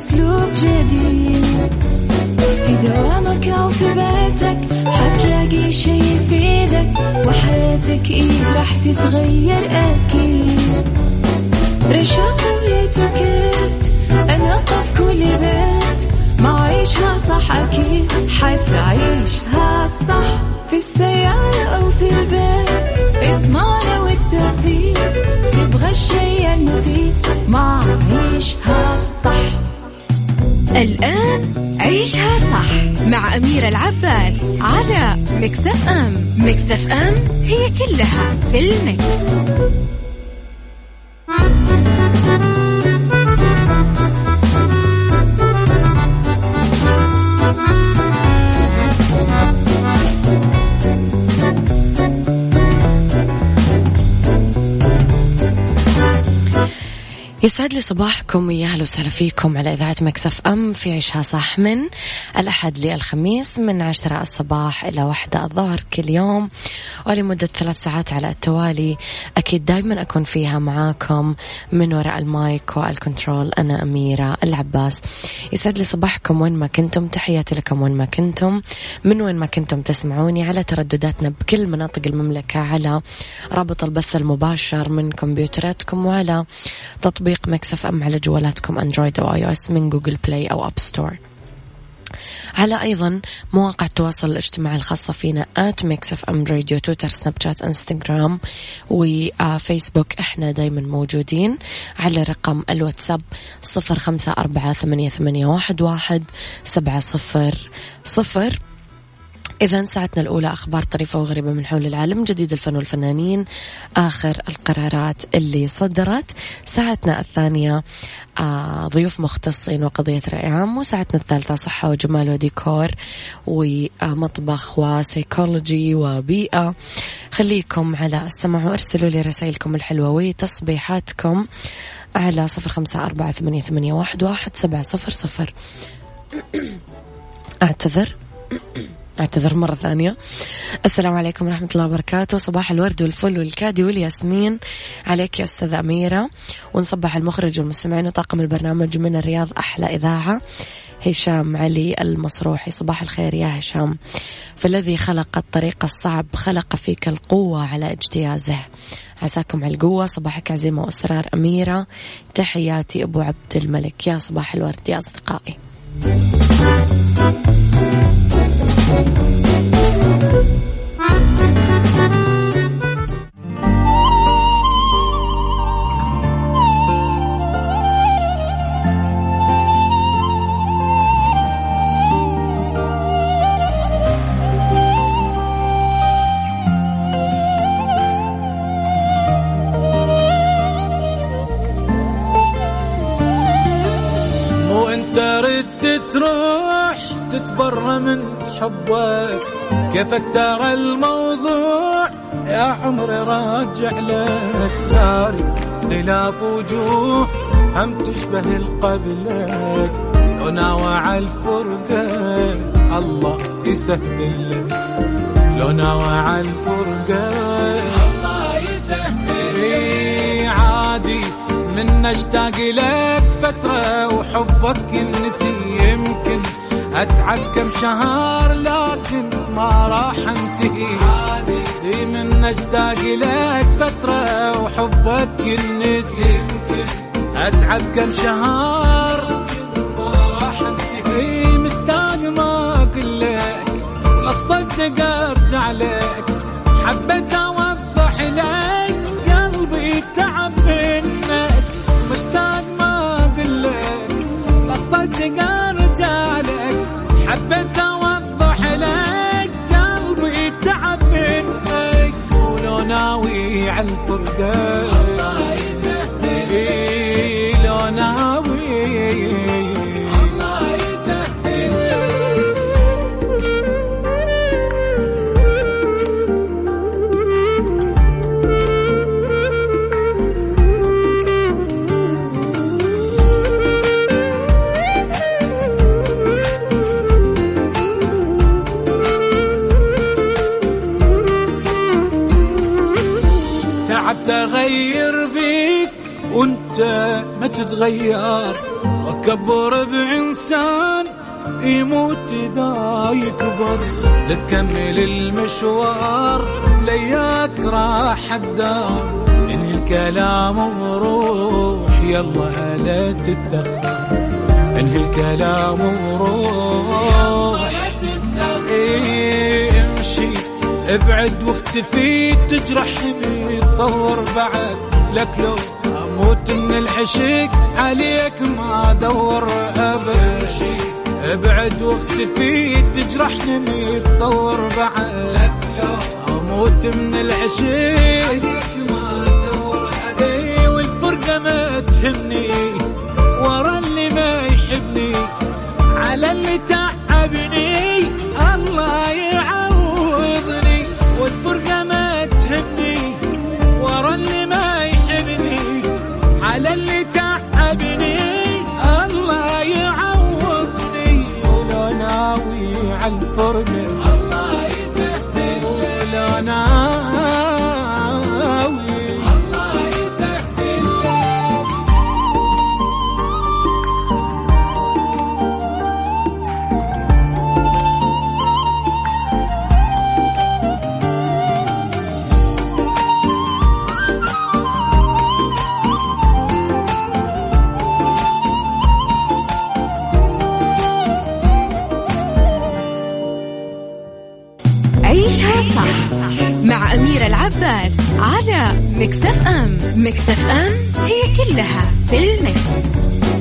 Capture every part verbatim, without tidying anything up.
بأسلوب جديد. في دوامك أو في بيتك حتلاقي شي يفيدك، وحياتك إيه راح تتغير أكيد. رشاق ويتوكيت أنا قف كل بيت، ما عيشها صح أكيد حتعيشها صح. في السيارة أو في البيت اسمعنا والتوفيق، تبغى الشيء المفيد ما عيشها صح. الآن عيشها صح مع أميرة العباس على ميكس اف ام. ميكس اف ام هي كلها في الميكس. يسعد لي صباحكم، يا أهلا وسهلا فيكم على إذاعة ميكس اف ام في عيشها صح، من الأحد للخميس من عشرة الصباح إلى واحدة الظهر كل يوم، ولمدة ثلاث ساعات على التوالي. أكيد دايما أكون فيها معاكم من وراء المايك والكنترول، أنا أميرة العباس. يسعد لي صباحكم وين ما كنتم، تحياتي لكم وين ما كنتم، من وين ما كنتم تسمعوني على تردداتنا بكل مناطق المملكة، على رابط البث المباشر من كمبيوتراتكم، وعلى تطبيق ميكس اف ام على جوالاتكم اندرويد او اي او اس من جوجل بلاي او اب ستور، على ايضا مواقع التواصل الاجتماعي الخاصة فينا آت ميكس اف ام راديو، تويتر، سناب شات، انستغرام وفيسبوك. احنا دايما موجودين على رقم الواتساب صفر خمسة أربعة ثمانية ثمانية واحد واحد سبعة صفر صفر. إذن ساعتنا الأولى أخبار طريفة وغريبة من حول العالم، جديد الفن والفنانين، آخر القرارات اللي صدرت. ساعتنا الثانية آه ضيوف مختصين وقضية رأي عام، وساعتنا الثالثة صحة وجمال وديكور ومطبخ وسيكولوجي وبيئة. خليكم على السمع وارسلوا لي رسائلكم الحلوة وتصبيحاتكم على صفر خمسة أربعة ثمانية ثمانية واحد واحد سبعة صفر صفر. أعتذر أعتذر مرة ثانية. السلام عليكم ورحمة الله وبركاته، صباح الورد والفل والكادي والياسمين عليك يا أستاذة أميرة، ونصبح المخرج والمستمعين وطاقم البرنامج من الرياض أحلى إذاعة، هشام علي المصروحي. صباح الخير يا هشام. فالذي خلق الطريق الصعب خلق فيك القوة على اجتيازه، عساكم على القوة. صباحك عزيمة وأسرار أميرة، تحياتي أبو عبد الملك. يا صباح الورد يا أصدقائي. مو انت ردت تروح تتبرى من حبك، كيفك ترى الموضوع يا عمري راجع لك. داري اختلاف وجوه هم تشبه القبلك، لو ناوى على الفرقة الله يسهل لك، لو ناوى على الفرقة الله يسهل لك. عادي من اشتاق لك فترة وحبك النسي، يمكن أتعب كم شهر لكن ما راح انتهي. عادي من اشتاق لك فترة وحبك النسي، يمكن أتعب كم شهر ما راح انتهي. مستاق ما أقول لك ولا أصدق أرجع لك، حبيت أوضح لك قلبي تعب منك. مشتاق ما أقول لك لا أصدق أرجع لك، حبيت أوضح لك قلبي تعب منك. ولو ناوي على الفرقة الله يسهل، لو ناوي الله يسهل. تعبت أغير بيك وانت تتغير، وكبر بإنسان يموت دا يكبر. لا تكمل المشوار لياك راح الدار، انهي الكلام وروح يلا لا تتأخر، انهي الكلام وروح إيه امشي ابعد واختفي، تجرحني تصور بعد لك لو اموت من العشق عليك ما ادور ابد. ابعد واختفي تجرحني تصور بعد لك لو اموت من العشق عليك ما ادور ابد. والفرقه ما تهمني ورا اللي ما يحبني، على اللي تعبني الله يعوضني. والفرقه ما تهمني ورا اللي ما يحبني، على اللي تعبني الله يعوضني. ولو ناوي على الفرقه الله يسهل، ولو ناوي الله يسهل. عيشها صح مع أميرة العباس على ميكس اف ام. ميكس اف ام هي كلها في الميكس.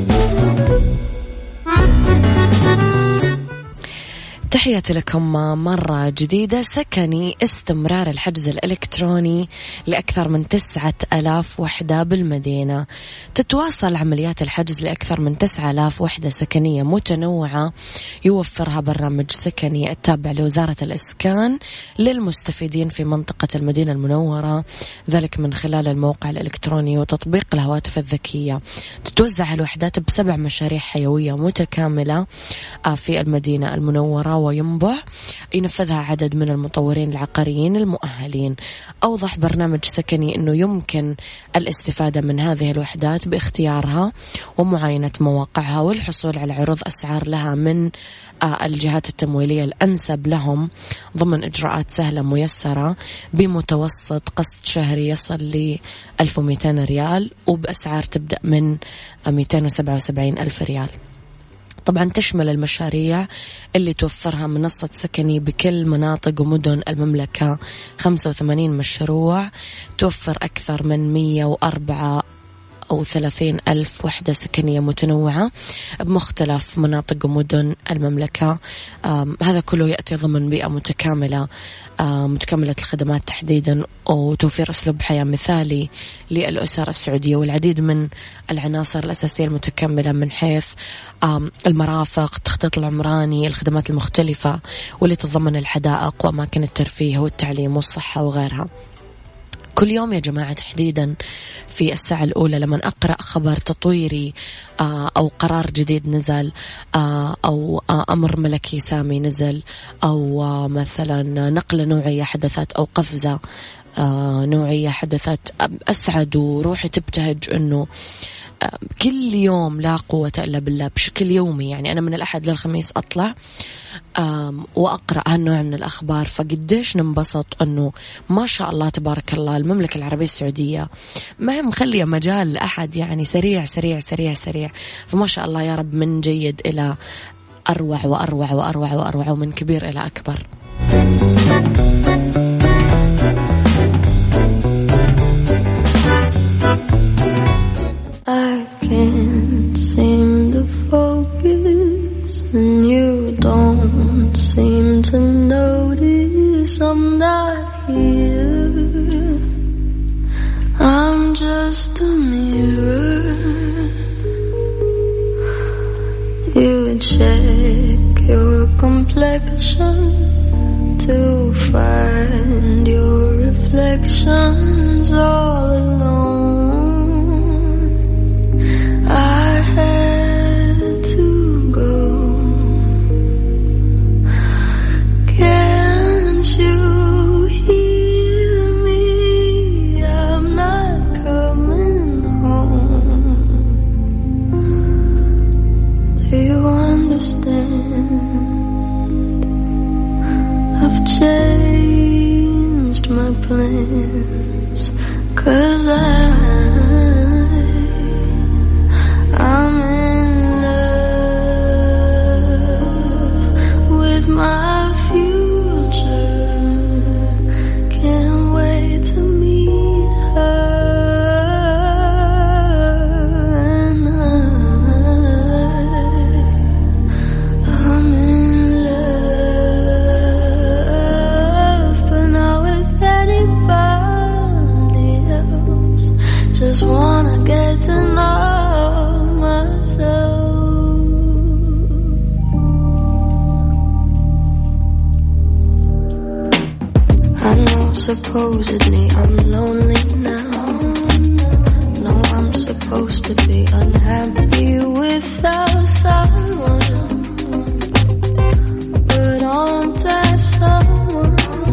تحياتي لكم مرة جديدة. سكني استمرار الحجز الإلكتروني لأكثر من تسعة ألاف وحدة بالمدينة. تتواصل عمليات الحجز لأكثر من تسعة ألاف وحدة سكنية متنوعة يوفرها برنامج سكني التابع لوزارة الإسكان للمستفيدين في منطقة المدينة المنورة، ذلك من خلال الموقع الإلكتروني وتطبيق الهواتف الذكية. تتوزع الوحدات بسبع مشاريع حيوية متكاملة في المدينة المنورة، وينبع ينفذها عدد من المطورين العقاريين المؤهلين. أوضح برنامج سكني أنه يمكن الاستفادة من هذه الوحدات باختيارها ومعاينة مواقعها والحصول على عروض أسعار لها من الجهات التمويلية الأنسب لهم ضمن إجراءات سهلة ميسرة بمتوسط قسط شهري يصل ل ألف ومئتين ريال وبأسعار تبدأ من مئتين وسبعة وسبعين ألف ريال. طبعا تشمل المشاريع اللي توفرها منصة سكني بكل مناطق ومدن المملكة خمسة وثمانين مشروع، توفر أكثر من مئة وأربعة أو ثلاثين ألف وحدة سكنية متنوعة بمختلف مناطق ومدن المملكة. هذا كله يأتي ضمن بيئة متكاملة متكاملة الخدمات تحديدا، وتوفير أسلوب حياة مثالي للأسر السعودية، والعديد من العناصر الأساسية المتكاملة من حيث المرافق، التخطيط العمراني، الخدمات المختلفة واللي تتضمن الحدائق وأماكن الترفيه والتعليم والصحة وغيرها. كل يوم يا جماعة تحديدا في الساعة الأولى لما أقرأ خبر تطويري أو قرار جديد نزل أو أمر ملكي سامي نزل أو مثلا نقلة نوعية حدثت أو قفزة نوعية حدثت، أسعد وروحي تبتهج أنه كل يوم لا قوة إلا بالله بشكل يومي. يعني أنا من الأحد للخميس أطلع وأقرأ هالنوع من الأخبار، فقديش ننبسط أنه ما شاء الله تبارك الله المملكة العربية السعودية ما هي مخلية مجال لأحد، يعني سريع سريع سريع سريع. فما شاء الله يا رب من جيد إلى أروع وأروع وأروع وأروع ومن كبير إلى أكبر. I can't seem to focus and you don't seem to notice I'm not here. I'm just a mirror. You check your complexion to find your reflections all alone. I had to go. Can't you hear me? I'm not coming home. understand. I've changed my plans, 'cause I, I'm in love with my future. Can't wait to meet her. And I, I'm in love, but not with anybody else. Just wanna get to know myself. I know supposedly I'm lonely now. No, I'm supposed to be unhappy without someone, but aren't that someone?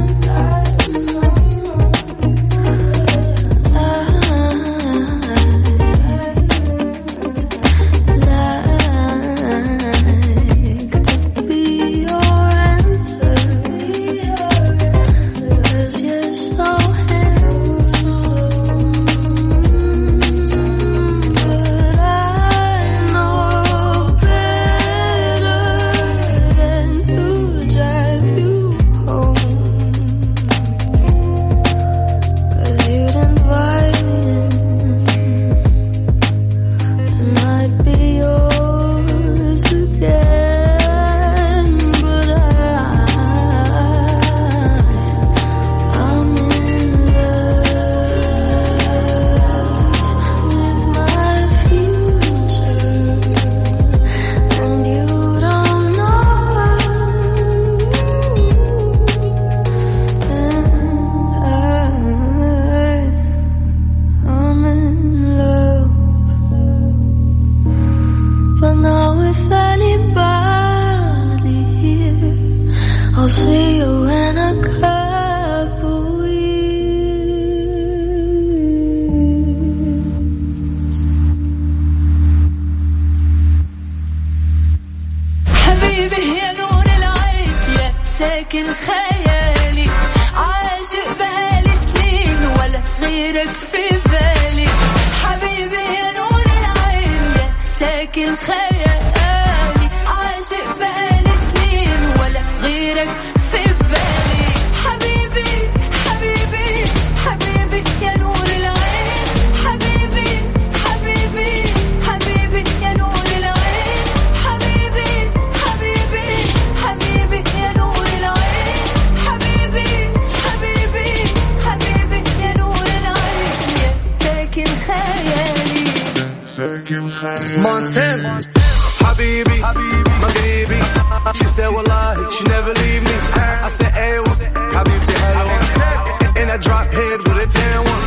Montana, Habibi, Habibi, she said, wallahi, she never leave me. I said, hey, Habibi, hello. And I drop head with a tan one.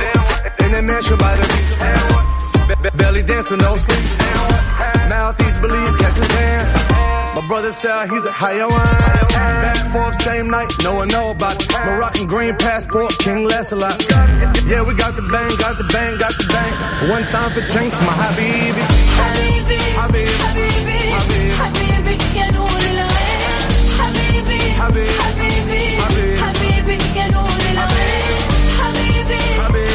In that mansion by the beach. Be- belly dancing, no sleep. Mouth East Belize, catching sand. My brother said he's a Hayawan. Back and forth, same night, no one know about it. Moroccan green passport, King Lancelot. Yeah, we got the bang, got the bang, got the bang. One time for drinks, my Habibi. Habibi, Habibi, Habibi, Habibi, ya Noor al-Ain. Habibi, Habibi, Habibi, Habibi, ya Noor al-Ain. Habibi, Habibi,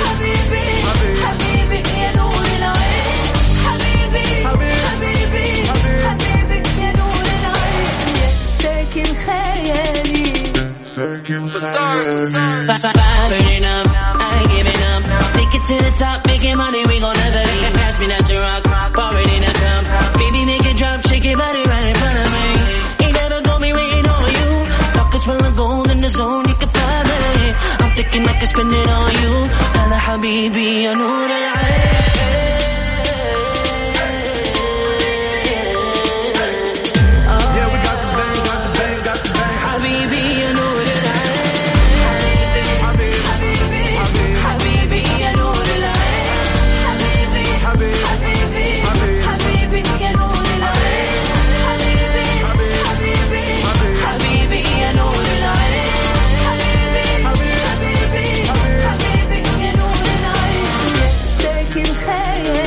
Habibi, ya Noor al-Ain. Habibi, Habibi, Habibi, ya Noor al-Ain. ساكن خيالي, ساكن خيالي. Burning up, I ain't giving up. Take it to the top, making money, we gon' never leave. Pass me that rock, pour it in a cup. Baby, make it drop, shake your body right in front of me. Ain't never gon' be waiting on you. Pockets full of gold in the zone, you can find me. I'm thinking I can spend it on you. Hala habibi, ya Noor al-Ain. Burning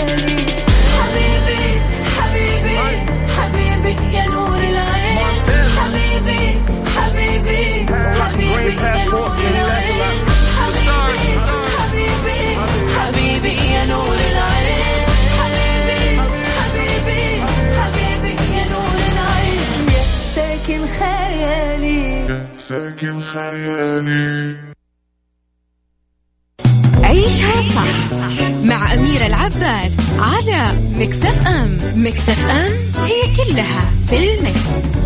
ساكن خيالي. عيشها صح مع أميرة العباس على ميكس اف ام. ميكس اف ام هي كلها في الميكس.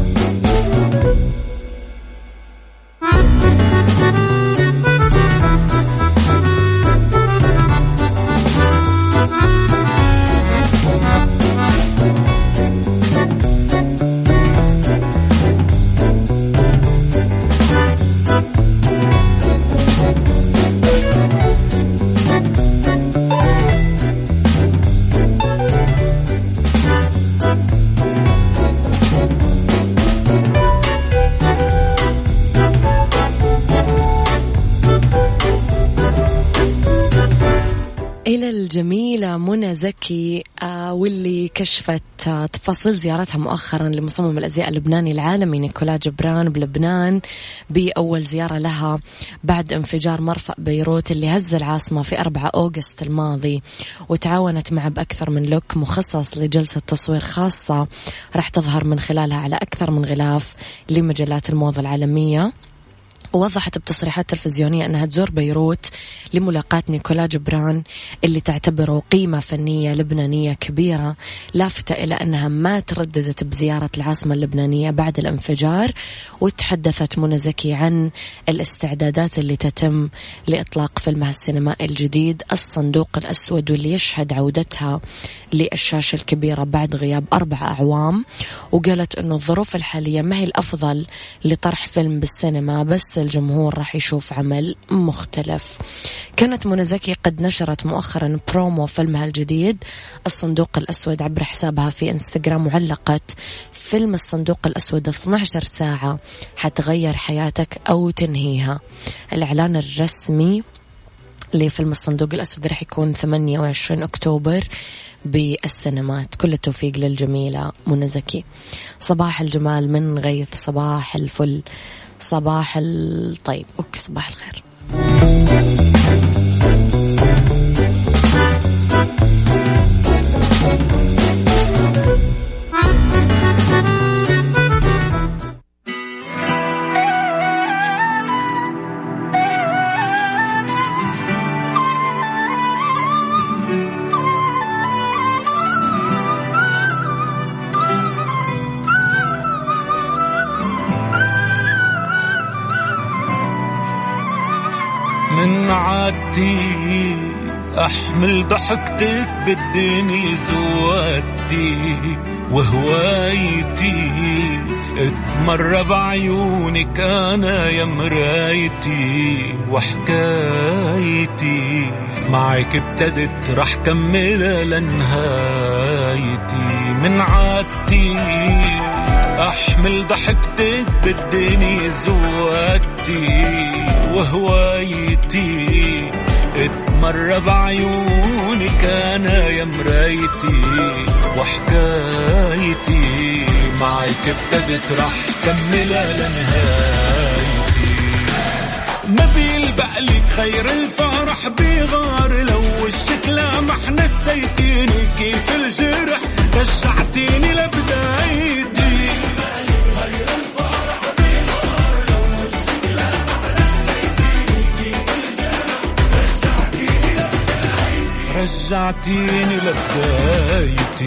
الجميلة منى زكي آه واللي كشفت آه تفاصيل زيارتها مؤخرا لمصمم الأزياء اللبناني العالمي نيكولا جبران بلبنان بأول زيارة لها بعد انفجار مرفأ بيروت اللي هز العاصمة في أربعة أغسطس الماضي، وتعاونت معه بأكثر من لوك مخصص لجلسة تصوير خاصة راح تظهر من خلالها على أكثر من غلاف لمجلات الموضة العالمية. ووضحت بتصريحات تلفزيونية أنها تزور بيروت لملاقاة نيكولا جبران اللي تعتبره قيمة فنية لبنانية كبيرة، لافتة إلى أنها ما ترددت بزيارة العاصمة اللبنانية بعد الانفجار. وتحدثت منى زكي عن الاستعدادات اللي تتم لإطلاق فيلمها السينمائي الجديد الصندوق الأسود، واللي يشهد عودتها للشاشة الكبيرة بعد غياب أربع أعوام. وقالت أنه الظروف الحالية ما هي الأفضل لطرح فيلم بالسينما، بس الجمهور راح يشوف عمل مختلف. كانت منى زكي قد نشرت مؤخرا برومو فيلمها الجديد الصندوق الأسود عبر حسابها في انستغرام، وعلقت: فيلم الصندوق الأسود اثنتي عشرة ساعة حتغير حياتك أو تنهيها. الإعلان الرسمي لفيلم الصندوق الأسود رح يكون ثمانية وعشرين أكتوبر بالسينمات. كل التوفيق للجميلة منى زكي. صباح الجمال من غيث، صباح الفل، صباح الطيب. أوكي، صباح الخير. من عادتي أحمل ضحكتك بالدنيا زوادتي، وهوايتي اتمر بعيونك أنا يا مرايتي، وحكايتي معك ابتدت رح كملها لنهايتي. من عادتي أحمل ضحكتك بالدنيا زوادتي، وهوايتي اتمر بعيونك أنا يا مرايتي، وحكايتي معك ابتدت رح كملها لنهايتي. ما بيلبقلك خير الفرح بغار، لو وشك لمح نسيتيني كيف الجرح رجعتيني لبدايتي. رجعتيني لبدايتي.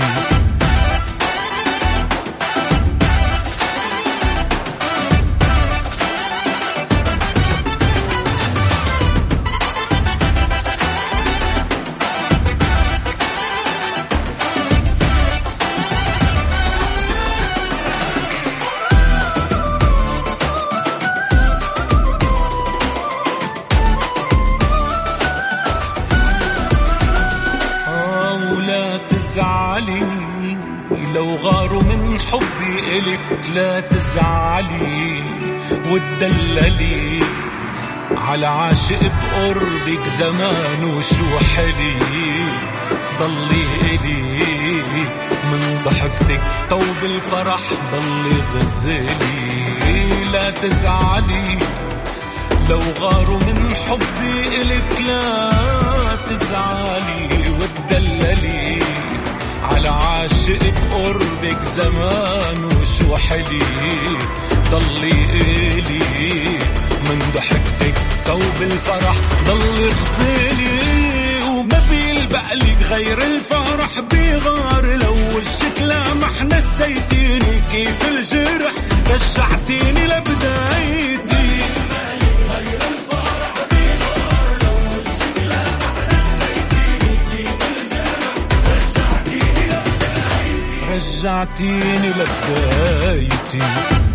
لو غاروا من حبي إلك لا تزعلي، وتدللي على عاشق بقربك زمان وشو حلي. ضلي إلي من ضحكتك طوب الفرح ضلي غزلي. لا تزعلي لو غاروا من حبي إلك لا تزعلي، وتدللي على عاشق بقربك بحبك زمان وشو حلي ضلي إلي من ضحكتك ثوب الفرح ضل غزالي وما في البقلك غير الفرح بغار لو وشك لمح نسيتيني كيف الجرح رجعتيني لبدايتي غير الفرح بغار لو وشك لمح نسيتيني كيف الجرح رجعتيني لبدايتي رجعتيني لبدايتي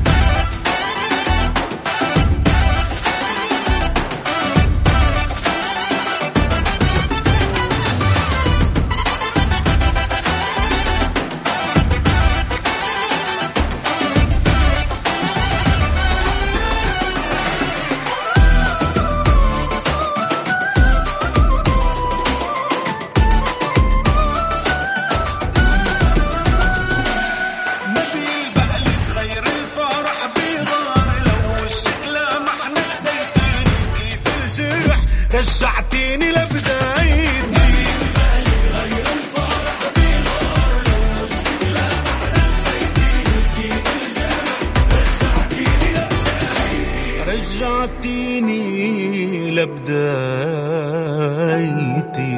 رجعتيني لبدايتي غير الفرح بغار لو وشك لمح نسيتيني كيف الجرح رجعتيني لبدايتي رجعتيني لبدايتي.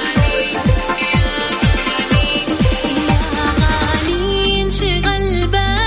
انشغل بالي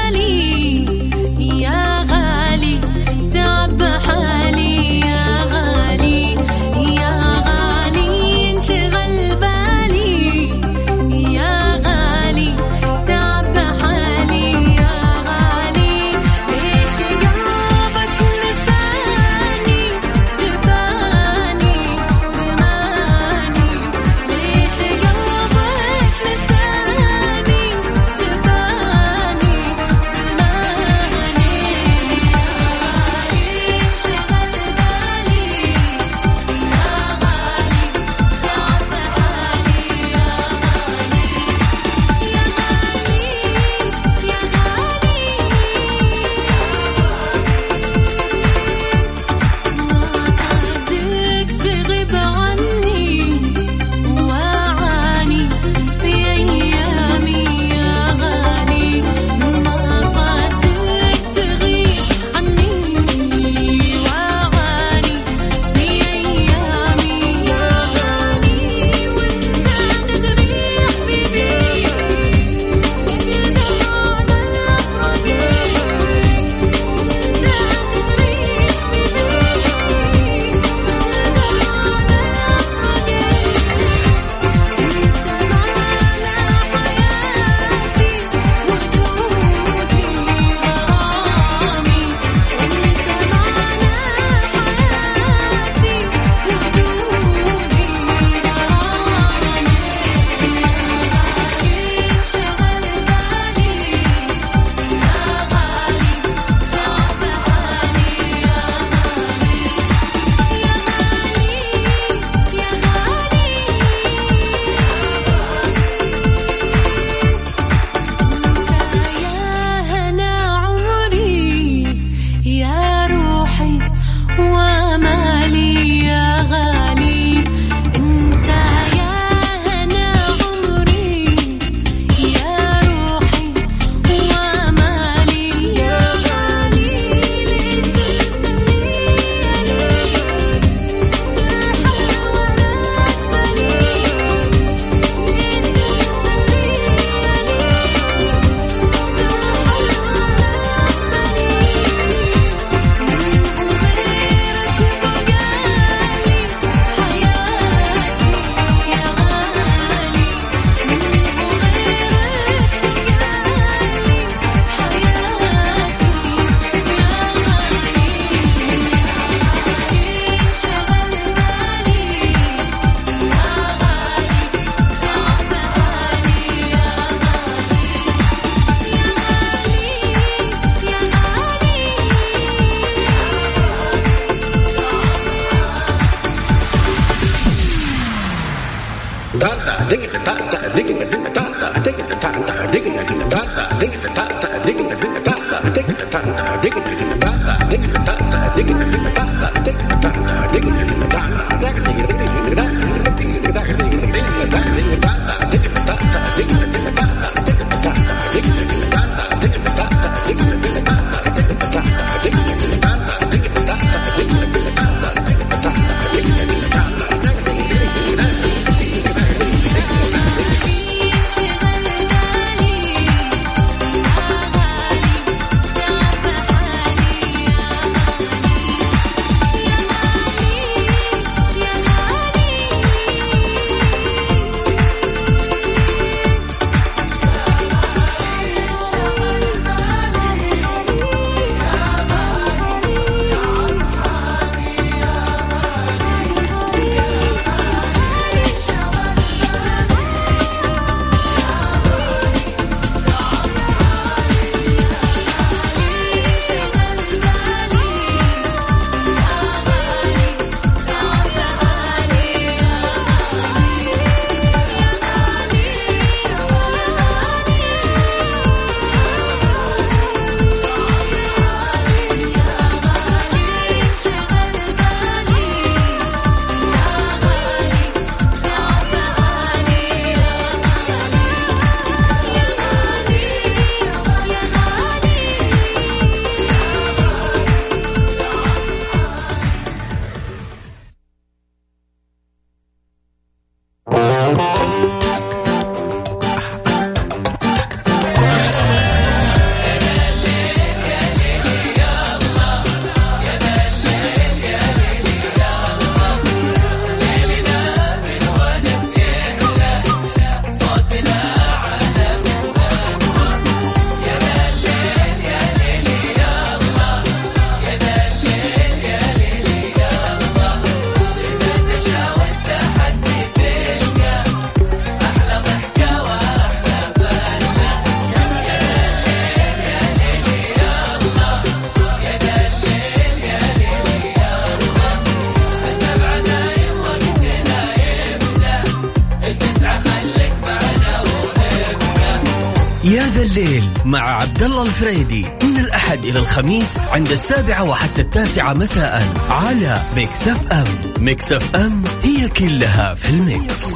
يا ذا الليل مع عبد الله الفريدي من الأحد إلى الخميس عند السابعة وحتى التاسعة مساء على ميكس اف ام. ميكس اف ام هي كلها في الميكس.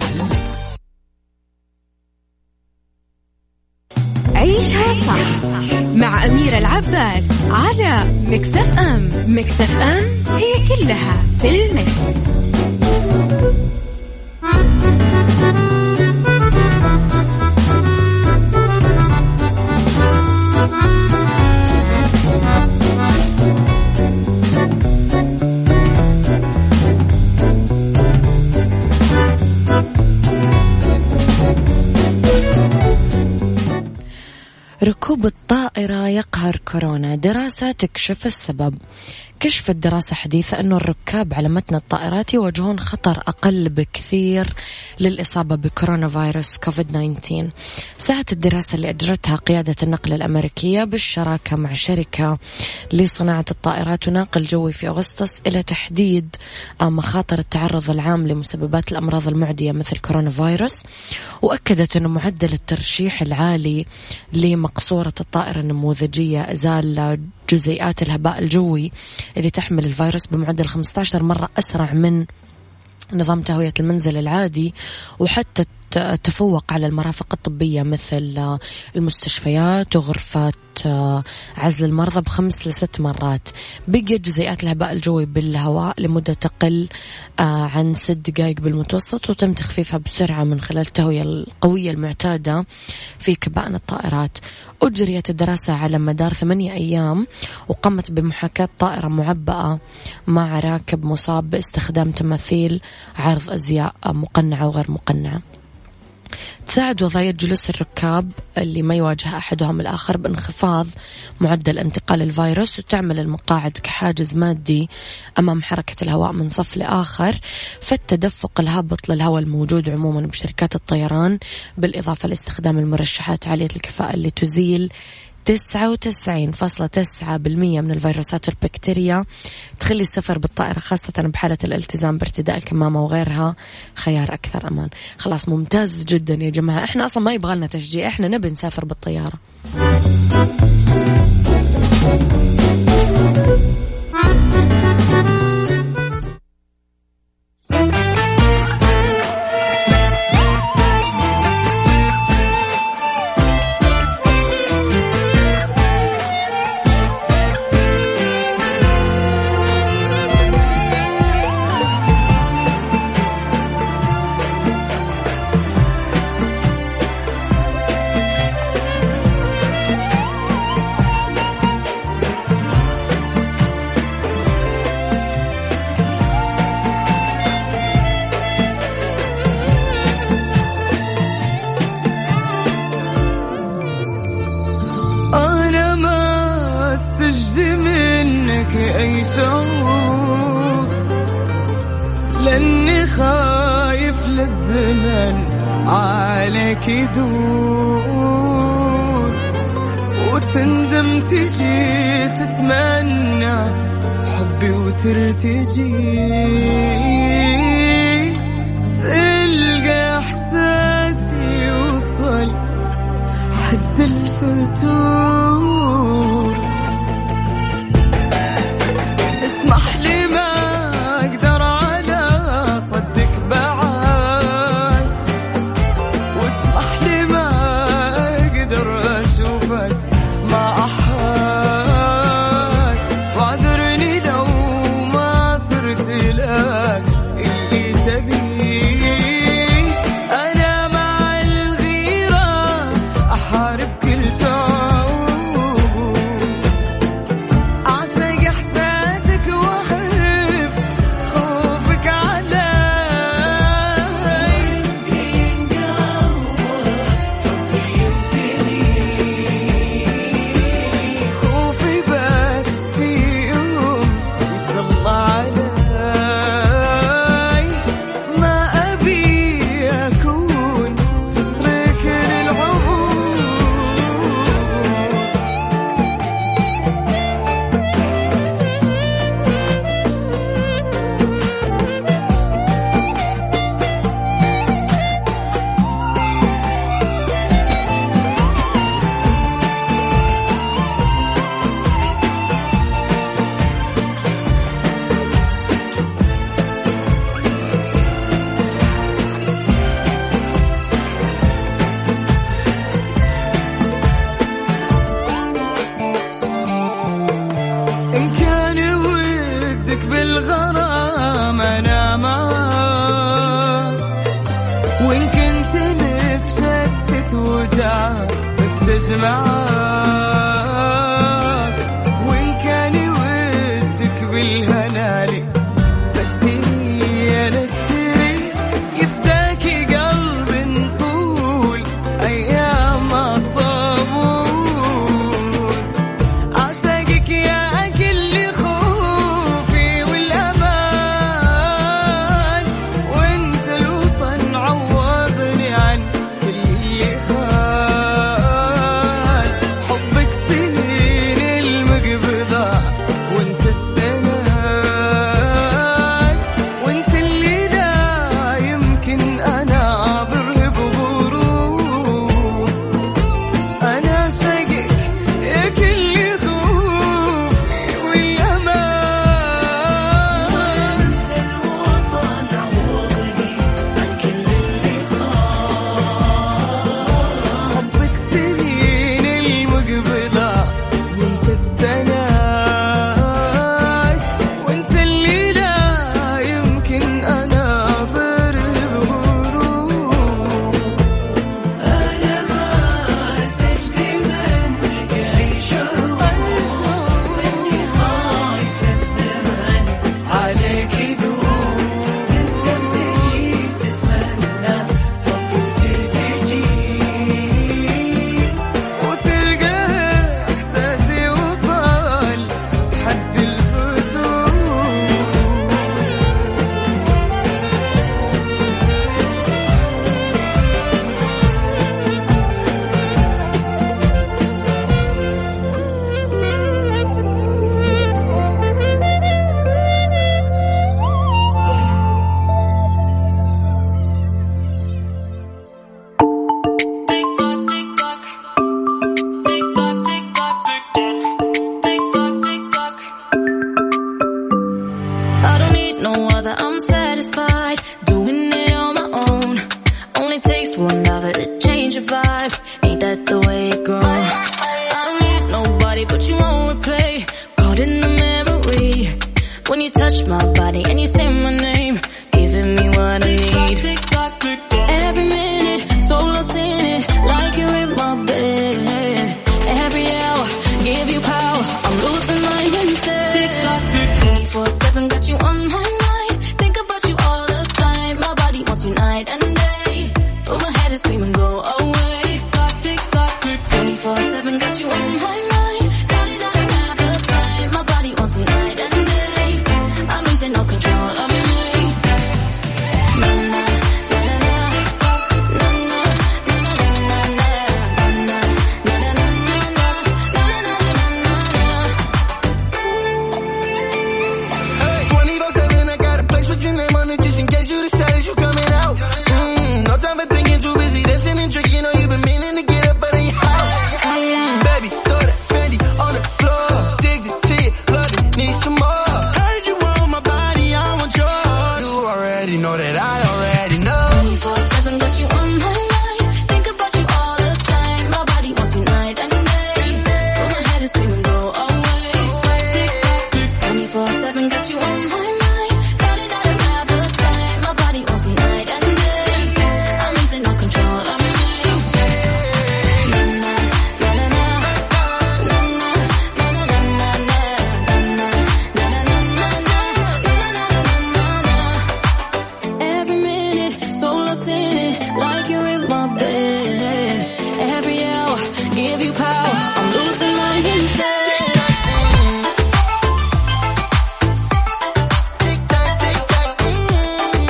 عيشها صح مع أميرة العباس على ميكس اف ام. ميكس اف ام هي كلها في الميكس. ركوب الطائرة يقهر كورونا، دراسة تكشف السبب. كشفت دراسة حديثة أنه الركاب على متن الطائرات يواجهون خطر أقل بكثير للإصابة بكورونا فيروس كوفيد تسعة عشر. ساعت الدراسة اللي أجرتها قيادة النقل الأمريكية بالشراكة مع شركة لصناعة الطائرات وناقل جوي في أغسطس إلى تحديد مخاطر التعرض العام لمسببات الأمراض المعدية مثل كورونا فيروس، وأكدت أنه معدل الترشيح العالي لمقصورة الطائرة النموذجية إزال جزيئات الهباء الجوي اللي تحمل الفيروس بمعدل خمسة عشر مرة أسرع من نظام تهوية المنزل العادي، وحتى تفوق على المرافق الطبية مثل المستشفيات وغرفات عزل المرضى بخمس لست مرات. بقيت جزيئات الهباء الجوي بالهواء لمدة تقل عن ست دقائق بالمتوسط، وتم تخفيفها بسرعة من خلال التهوية القوية المعتادة في كبائن الطائرات. أجريت الدراسة على مدار ثمانية أيام، وقامت بمحاكاة طائرة معبأة مع راكب مصاب باستخدام تماثيل عرض أزياء مقنعة وغير مقنعة. تساعد وضعية جلوس الركاب اللي ما يواجه أحدهم الآخر بانخفاض معدل انتقال الفيروس، وتعمل المقاعد كحاجز مادي أمام حركة الهواء من صف لآخر، فالتدفق الهابط للهواء الموجود عموما بشركات الطيران، بالإضافة لاستخدام المرشحات عالية الكفاءة اللي تزيل تسعة وتسعين فاصلة تسعة بالمية من الفيروسات والبكتيريا تخلي السفر بالطائرة خاصة بحالة الالتزام بارتداء الكمامة وغيرها خيار أكثر أمان. خلاص ممتاز جدا يا جماعة، إحنا أصلا ما يبغى لنا تشجيع، إحنا نبي نسافر بالطيارة. أي شعور لأني خايف للزمن عليك يدور وتندم تجي تتمنى حبي وترتجي تلقى إحساسي يوصل حد الفتور. اسمح لي ما أقدر على صدق بعد، واسمح لي ما أقدر أشوفك مع أحد، واعذرني لو ما صرت لك اللي تبيه. أنا مع الغيرة أحارب كل شعور، عاشق إحساسك وأحب خوفك علي. خوفي بس في يوم يتطلع علي، ما أبي أكون تسرك للعبور. إن كان ودك بالغرام أنا معاك، وإن كنت لك شتت وجعك بستجمعك، وإن كان ودك بالهنالي بشتري أنا اشتري يفداكي قلب طول أيام الصبور. عاشقك يا كل خوفي والأمان، وانت الوطن عوضني عن كل خان. in case you decided you coming out. Mm, no time for thinking, too busy dancing and drinking. Know you been meaning to get up out of your house. Mm, baby, throw that Fendi on the floor. Addicted to you, love it, need some more. Heard you want my body, I want yours. You already know that I already know. twenty-four seven got you on my mind. Think about you all the time. My body wants me night and day. But my head is screaming, go away. Tick tock, twenty-four seven got you on my mind. Sorry that I have the time. My body wants me night and day. I'm losing all control of me. Na na na na na na na na na na na na every minute, so lost in it, like you're in my bed. Every hour, give you power. I'm losing my instead. Tick tock, tick tock, mm.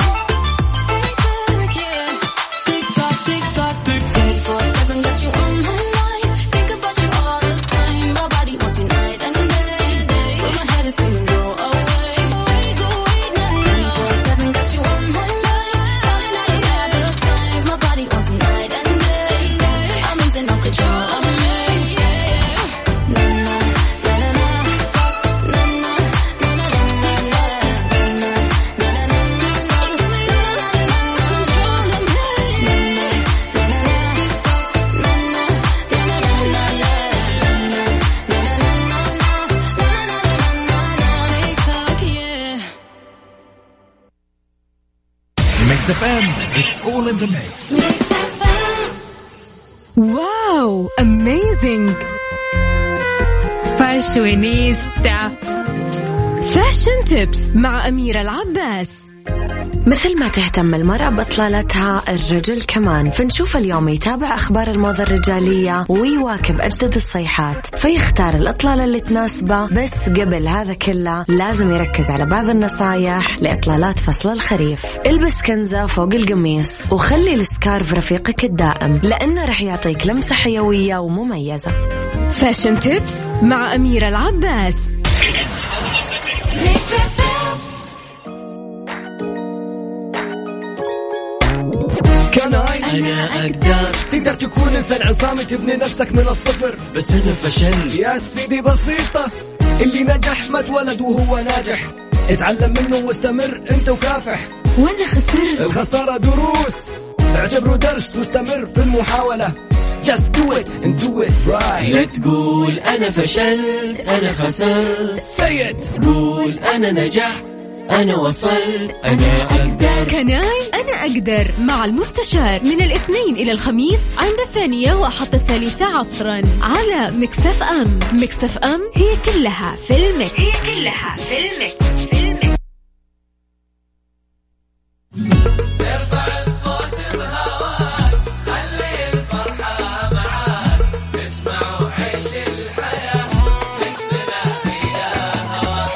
Tick tock, tick tock, twenty-four seven got you on my mind. Think about you all the time. My body wants me night and day. But my head is screaming, go away. twenty-four seven got you on my mind. Sorry that I have the time. My body wants me night and day. I'm losing all control of me. Na na na na na na na na Mix F M, it's all in the mix. واو amazing. فاشونيستا فاشن تيبس مع أميرة العباس. مثل ما تهتم المرأة بإطلالتها الرجل كمان، فنشوف اليوم يتابع أخبار الموضة الرجالية ويواكب أجدد الصيحات فيختار الإطلالة اللي تناسبه. بس قبل هذا كله لازم يركز على بعض النصايح لإطلالات فصل الخريف. البس كنزة فوق القميص وخلي السكارف رفيقك الدائم لأنه رح يعطيك لمسة حيوية ومميزة. فاشن تيبس مع أميرة العباس. كان أنا أقدر. تقدر تكون إنسان عصامي تبني نفسك من الصفر، بس أنا فشل يا سيدي. بسيطة، اللي نجح ما اتولد وهو ناجح. اتعلم منه واستمر انت وكافح. وأنا خسرت. الخسارة دروس، اعتبره درس واستمر في المحاولة. Just do it and do it right. لا تقول أنا فشلت أنا خسرت. Say it. قول أنا نجحت أنا وصلت أنا أقدر. كناي أنا أقدر مع المستشار من الاثنين إلى الخميس عند الثانية وحتى الثالثة عصرا على ميكس اف ام. ميكس اف ام هي كلها في الميكس. هي كلها في الميكس. في الميكس. ارفع الصوت بهواك، خلي الفرحة معاك، اسمع وعيش الحياة، نكسنا فيها هواك.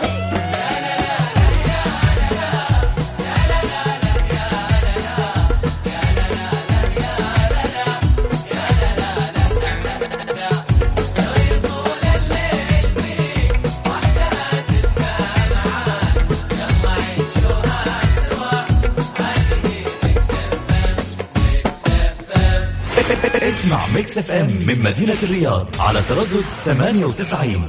اسمع ميكس اف ام من مدينة الرياض على تردد ثمانية وتسعين.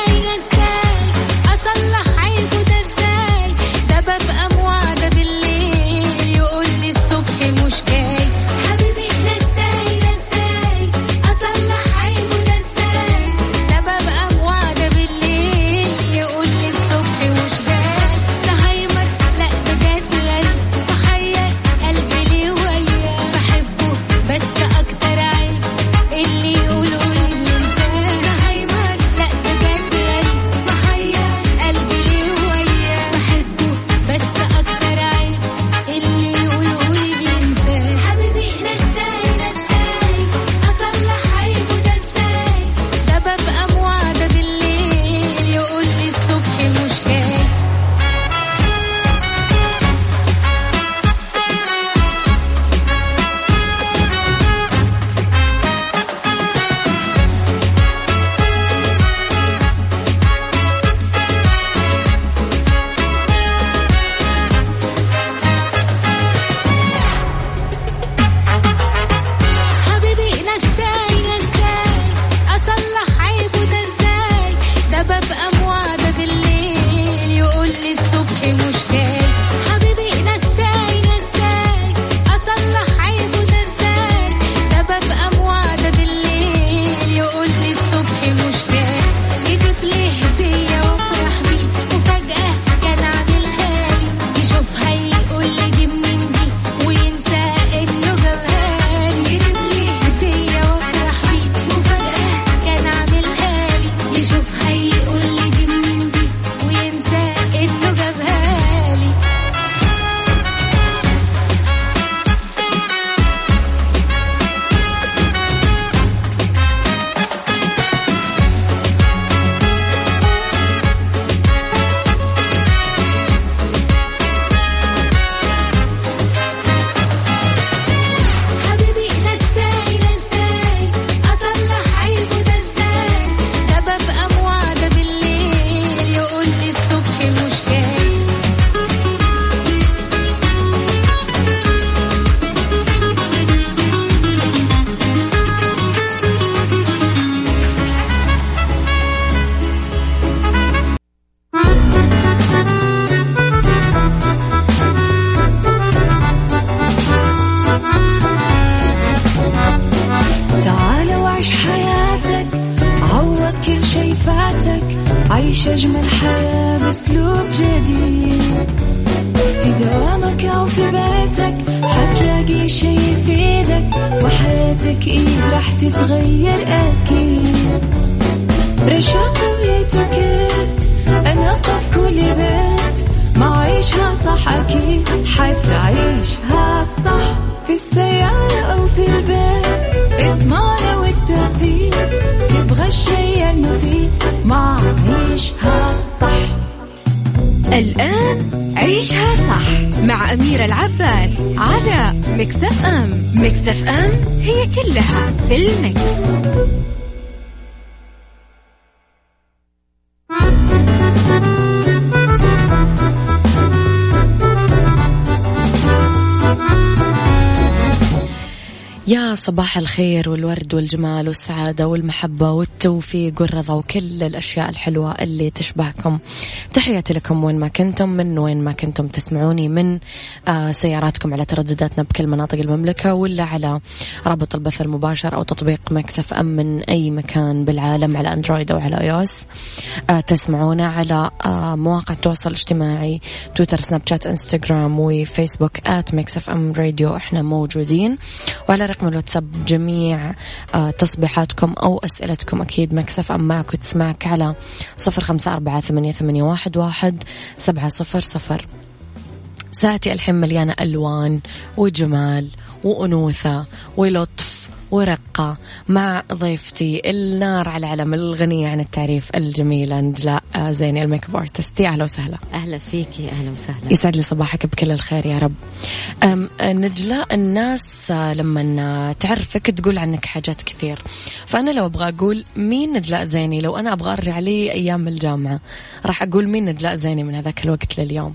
أصلح عيبه ده ازاي، ده ببقى موعدة بالليل بأسلوب جديد. في دوامك أو في بيتك حتلاقي شي يفيدك، وحياتك إيه راح تتغير أكيد. رشاق ويتوكيت أنا قف كل بيت، ما عيشها صح أكيد حتعيشها صح. في السيارة أو في البيت اسمعنا والتوفيق، تبغى الشيء المفيد ما عيشها صح. الآن عيشها صح مع أميرة العباس على ميكس اف ام. ميكس اف ام هي كلها في الميكس. يا صباح الخير والورد والجمال والسعادة والمحبة والتوفيق والرضا وكل الأشياء الحلوة اللي تشبهكم. تحياتي لكم وين ما كنتم، من وين ما كنتم تسمعوني، من آه سياراتكم على تردداتنا بكل مناطق المملكة، ولا على رابط البث المباشر أو تطبيق ميكس اف ام من أي مكان بالعالم على أندرويد أو على اي او اس. آه تسمعونا على آه مواقع التواصل الاجتماعي تويتر، سناب شات، انستغرام وفيسبوك آت ميكس اف ام راديو. احنا موجودين، وعلى رقم الواتساب جميع آه تصبيحاتكم أو أسئلتكم أكيد ميكس اف ام معك وتسمعك على صفر خمسة أربعة ثمانية ثمانية واحد واحد سبعة صفر صفر. ساعتي الحين مليانة ألوان وجمال وأنوثة ولطف ورقة مع ضيفتي النار على علم الغنية عن التعريف الجميلة نجلاء زيني الميك اب ارتست. أهلا وسهلا. أهلا فيكي. أهلا وسهلا. يسعد لي صباحك بكل الخير يا رب. نجلاء، الناس لما تعرفك تقول عنك حاجات كثير، فأنا لو أبغى أقول مين نجلاء زيني، لو أنا أبغى أرجع لي أيام الجامعة راح أقول مين نجلاء زيني من هذاك الوقت لليوم.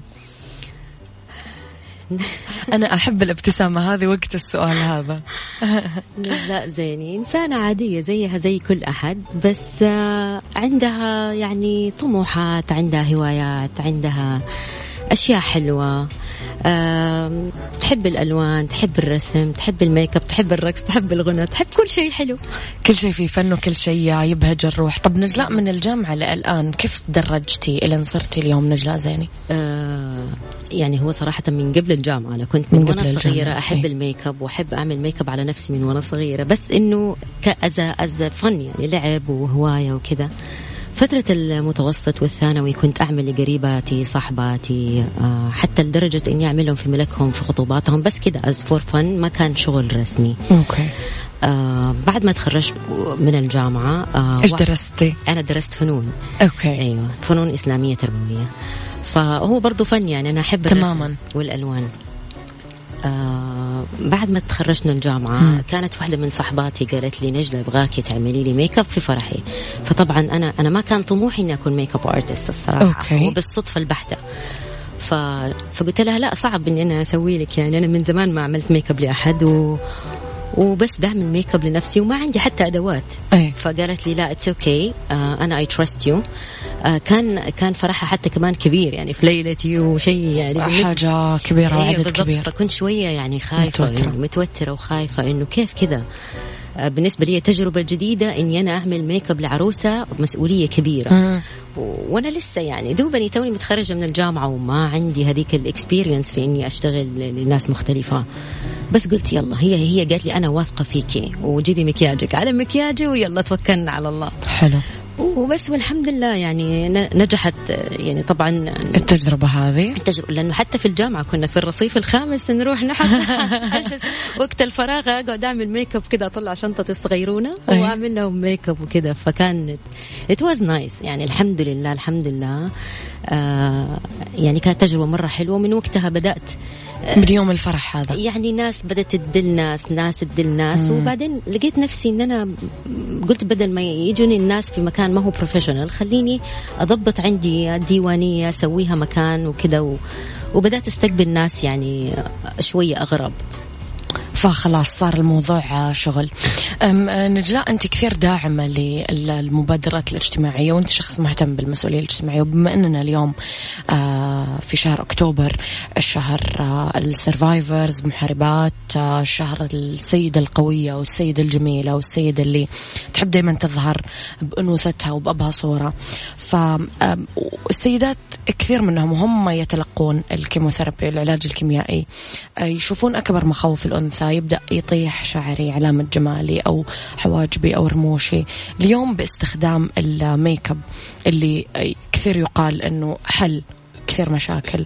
أنا أحب الابتسامة هذه وقت السؤال هذا. نجلاء زيني إنسانة عادية زيها زي كل أحد، بس عندها يعني طموحات، عندها هوايات، عندها أشياء حلوة، تحب الألوان، تحب الرسم، تحب الميك اب، تحب الرقص، تحب الغنى، تحب كل شيء حلو، كل شيء في فن وكل شيء يبهج الروح. طب نجلاء، من الجامعة للآن كيف تدرجتي إلى صرتي اليوم نجلاء زيني؟ آه يعني هو صراحة من قبل الجامعة أنا كنت من, من وأنا صغيرة أحب الميك اب وأحب أعمل ميك اب على نفسي من وأنا صغيرة، بس إنه كأزا أزا فن يعني لعب وهواية وكذا. فترة المتوسط والثانوي كنت أعمل لقريباتي صاحباتي، آه حتى لدرجة إني أعملهم في ملكهم في خطوباتهم، بس كده as for fun، ما كان شغل رسمي. أوكي. آه بعد ما تخرجت من الجامعة آه إيش درستي؟ أنا درست فنون. أوكي. أيوة، فنون إسلامية تربوية، فهو برضو فن يعني أنا أحب تماما والألوان. آه بعد ما تخرجنا الجامعة مم. كانت واحدة من صحباتي قالت لي نجلة أبغاكي تعملي لي ميك اب في فرحي، فطبعا أنا أنا ما كان طموحي إني أكون ميك اب ارتست الصراحة. أوكي. وبالصدفة البحتة ف... فقلت لها لا صعب إني أنا أسوي لك، يعني أنا من زمان ما عملت ميك اب لأحد و... وبس بعمل ميك اب لنفسي وما عندي حتى أدوات. أي. فقالت لي لا اتس اوكي okay. آه أنا اي تراست يو. كان كان فرحها حتى كمان كبير يعني في ليلتي وشيء يعني حاجة كبيرة وعدد كبير، فكنت شوية يعني خايفة متوترة, يعني متوترة وخايفة إنه كيف كذا. بالنسبة لي تجربة جديدة إني أنا أعمل ميك اب لعروسة مسؤولية كبيرة. مم. وأنا لسه يعني دوبني توني متخرجة من الجامعة وما عندي هذيك الإكسبيرينس في إني أشتغل لناس مختلفة، بس قلت يلا هي هي قالت لي أنا واثقة فيكي وجيبي مكياجك على مكياجي ويلا توكلنا على الله. حلو. وبس والحمد لله يعني نجحت يعني. طبعا التجربة هذه التجربة لأنه حتى في الجامعة كنا في الرصيف الخامس نروح نحجز وقت الفراغ أقعد أعمل ميك اب كده، أطلع شنطتي الصغيرونة وأعمل لهم ميك اب وكده، فكان it was nice يعني. الحمد لله الحمد لله آه يعني كانت تجربة مرة حلوة. من وقتها بدأت من يوم الفرح هذا يعني ناس بدأت تدل ناس ناس تدل ناس مم. وبعدين لقيت نفسي إن أنا قلت بدل ما يجوني الناس في مكان ما هو بروفيشنال خليني أضبط عندي ديوانية أسويها مكان وكذا و... وبدأت أستقبل ناس يعني شوية أغرب. فخلاص صار الموضوع شغل. نجلاء أنت كثير داعمة للمبادرات الاجتماعية وأنت شخص مهتم بالمسؤولية الاجتماعية، وبما أننا اليوم في شهر أكتوبر الشهر السرفايفرز محاربات، شهر السيدة القوية والسيدة الجميلة والسيدة اللي تحب دايما تظهر بأنوثتها وبأبها صورة، فالسيدات كثير منهم هم يتلقون الكيموثيرابي العلاج الكيميائي يشوفون أكبر مخاوف الأنثى، يبدأ يطيح شعري، علامة جمالي أو حواجبي أو رموشي. اليوم باستخدام الميك اب اللي كثير يقال أنه حل كثير مشاكل،